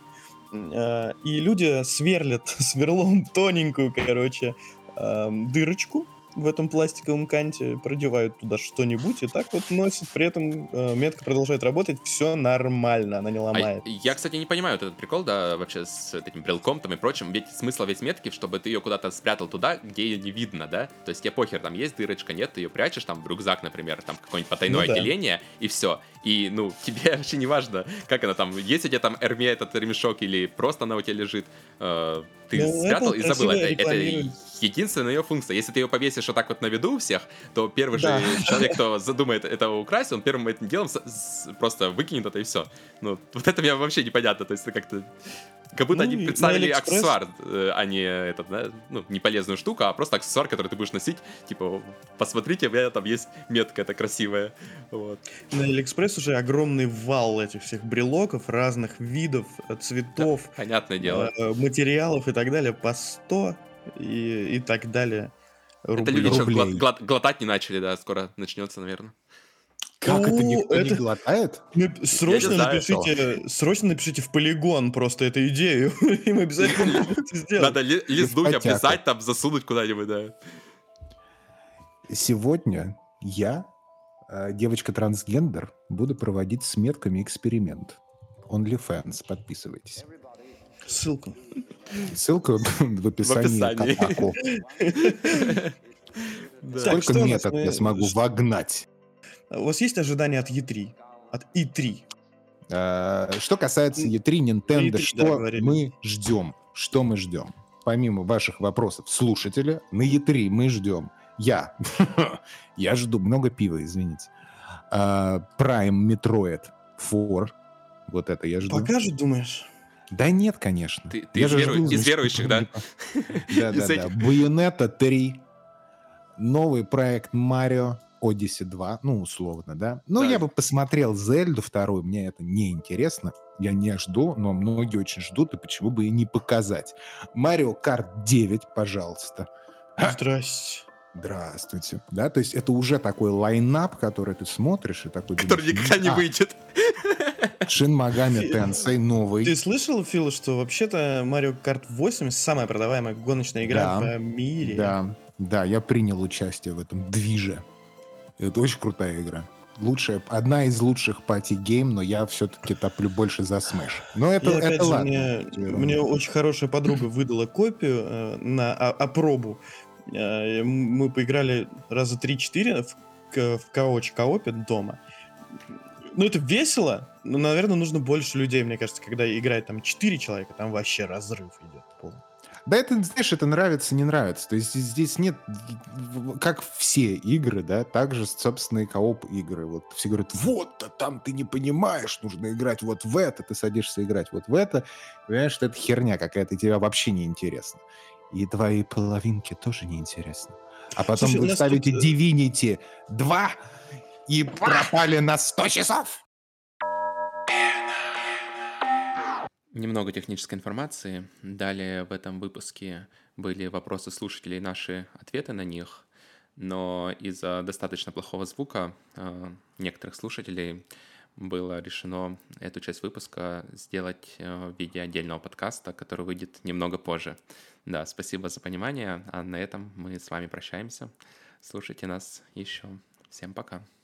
Speaker 2: И люди сверлят сверлом тоненькую, короче, дырочку в этом пластиковом канте, продевают туда что-нибудь и так вот носят. При этом метка продолжает работать, все нормально, она не
Speaker 3: А
Speaker 2: ломает.
Speaker 3: я, кстати, не понимаю вот этот прикол, да, вообще с этим брелком там и прочим. Ведь смысл ведь метки, чтобы ты ее куда-то спрятал туда, где ее не видно, да? То есть тебе похер, там есть дырочка, нет, ты ее прячешь там в рюкзак, например, там какое-нибудь потайное
Speaker 2: Ну да.
Speaker 3: отделение, и все. И, ну, тебе вообще не важно, как она там, есть у тебя там Эрме этот ремешок или просто она у тебя лежит. Ты
Speaker 2: Ну,
Speaker 3: спрятал
Speaker 2: Apple
Speaker 3: и забыл.
Speaker 2: красиво
Speaker 3: Это
Speaker 2: рекламирует.
Speaker 3: единственная ее функция. Если ты ее повесишь вот так вот на виду у всех, то первый
Speaker 2: Да.
Speaker 3: же человек, кто задумает это украсть, он первым этим делом просто выкинет это и все. Ну, вот это мне вообще непонятно. То есть это как-то... Как будто
Speaker 2: Ну,
Speaker 3: они
Speaker 2: и на
Speaker 3: представили
Speaker 2: AliExpress.
Speaker 3: аксессуар, а не этот, да, ну, не полезную штуку, а просто аксессуар, который ты будешь носить. Типа, посмотрите, у меня там есть метка эта красивая. Вот.
Speaker 2: На Алиэкспресс уже огромный вал этих всех брелоков разных видов, цветов,
Speaker 3: Понятное дело.
Speaker 2: материалов и так далее по 100 и так далее
Speaker 3: Это
Speaker 2: рублей.
Speaker 3: люди еще
Speaker 1: Рублей.
Speaker 3: глотать не начали, да, скоро начнется, наверное.
Speaker 1: Как это
Speaker 2: О,
Speaker 1: никто не
Speaker 2: это-
Speaker 1: глотает?
Speaker 2: Срочно
Speaker 3: знаю.
Speaker 2: напишите в полигон просто эту идею, и мы обязательно это сделаем.
Speaker 3: Надо лизнуть,
Speaker 1: Потяка.
Speaker 3: обвязать, там, засунуть куда-нибудь, да.
Speaker 1: Сегодня я, девочка-трансгендер, буду проводить с метками эксперимент. OnlyFans, подписывайтесь.
Speaker 2: Ссылку.
Speaker 1: Ссылка в описании
Speaker 3: описании.
Speaker 1: к атаку.
Speaker 3: Да.
Speaker 2: Так,
Speaker 1: Сколько
Speaker 2: что у нас?
Speaker 1: меток я смогу вогнать?
Speaker 2: У вас есть ожидания от E3? От E3?
Speaker 1: Что касается E3, Nintendo,
Speaker 2: E3, да,
Speaker 1: что
Speaker 2: говорили.
Speaker 1: мы ждем? Что мы ждем? Помимо ваших вопросов слушателя, на E3 мы ждем. Я жду много пива, извините. Prime Metroid 4. Вот это я жду.
Speaker 2: Покажет, думаешь?
Speaker 1: Да нет, конечно.
Speaker 3: Ты
Speaker 1: Я
Speaker 3: из
Speaker 1: же
Speaker 3: веру-
Speaker 1: жду,
Speaker 3: из
Speaker 1: значит,
Speaker 3: верующих, да? Из
Speaker 1: Да-да-да.
Speaker 3: этих.
Speaker 1: Bayonetta 3. Новый проект Mario Odyssey 2. Ну, условно, да. Ну,
Speaker 3: Да.
Speaker 1: я бы посмотрел Зельду вторую. Мне это не интересно. Я не жду, но многие очень ждут, и почему бы и не показать. Mario Kart 9, пожалуйста.
Speaker 2: Здрасте.
Speaker 1: Здравствуйте. Да, то есть это уже такой лайнап, который ты смотришь и такой
Speaker 3: Который
Speaker 1: думаешь,
Speaker 3: никогда не выйдет.
Speaker 1: Shin Megami Tensei новый.
Speaker 2: Ты слышал, Фил, что вообще-то Mario Kart 8 самая продаваемая гоночная игра
Speaker 1: Да.
Speaker 2: в мире?
Speaker 1: Да, я принял участие в этом движе. Это очень крутая игра. Одна из лучших пати-гейм, но я все-таки топлю больше за Smash. Но это,
Speaker 2: И опять
Speaker 1: это
Speaker 2: же,
Speaker 1: ладно.
Speaker 2: мне очень хорошая подруга выдала копию на опробу. Мы поиграли раза 3-4 в коопе дома. Ну, это весело, но, наверное, нужно больше людей, мне кажется, когда играет там 4 человека, там вообще разрыв идет полный.
Speaker 1: Да, это, знаешь, это нравится, не нравится. То есть здесь нет, как все игры, да, также, собственно, и кооп игры. Вот все говорят, вот, а там ты не понимаешь, нужно играть вот в это, ты садишься играть вот в это, понимаешь, что это херня какая-то, тебе вообще не интересно. И твоей половинке тоже не интересно. А потом
Speaker 2: Слушай, у
Speaker 1: вы
Speaker 2: нас тут...
Speaker 1: ставите Divinity 2 и пропали на 100 часов.
Speaker 3: Немного технической информации. Далее в этом выпуске были вопросы слушателей и наши ответы на них. Но из-за достаточно плохого звука некоторых слушателей было решено эту часть выпуска сделать в виде отдельного подкаста, который выйдет немного позже. Да, спасибо за понимание, а на этом мы с вами прощаемся. Слушайте нас еще. Всем пока.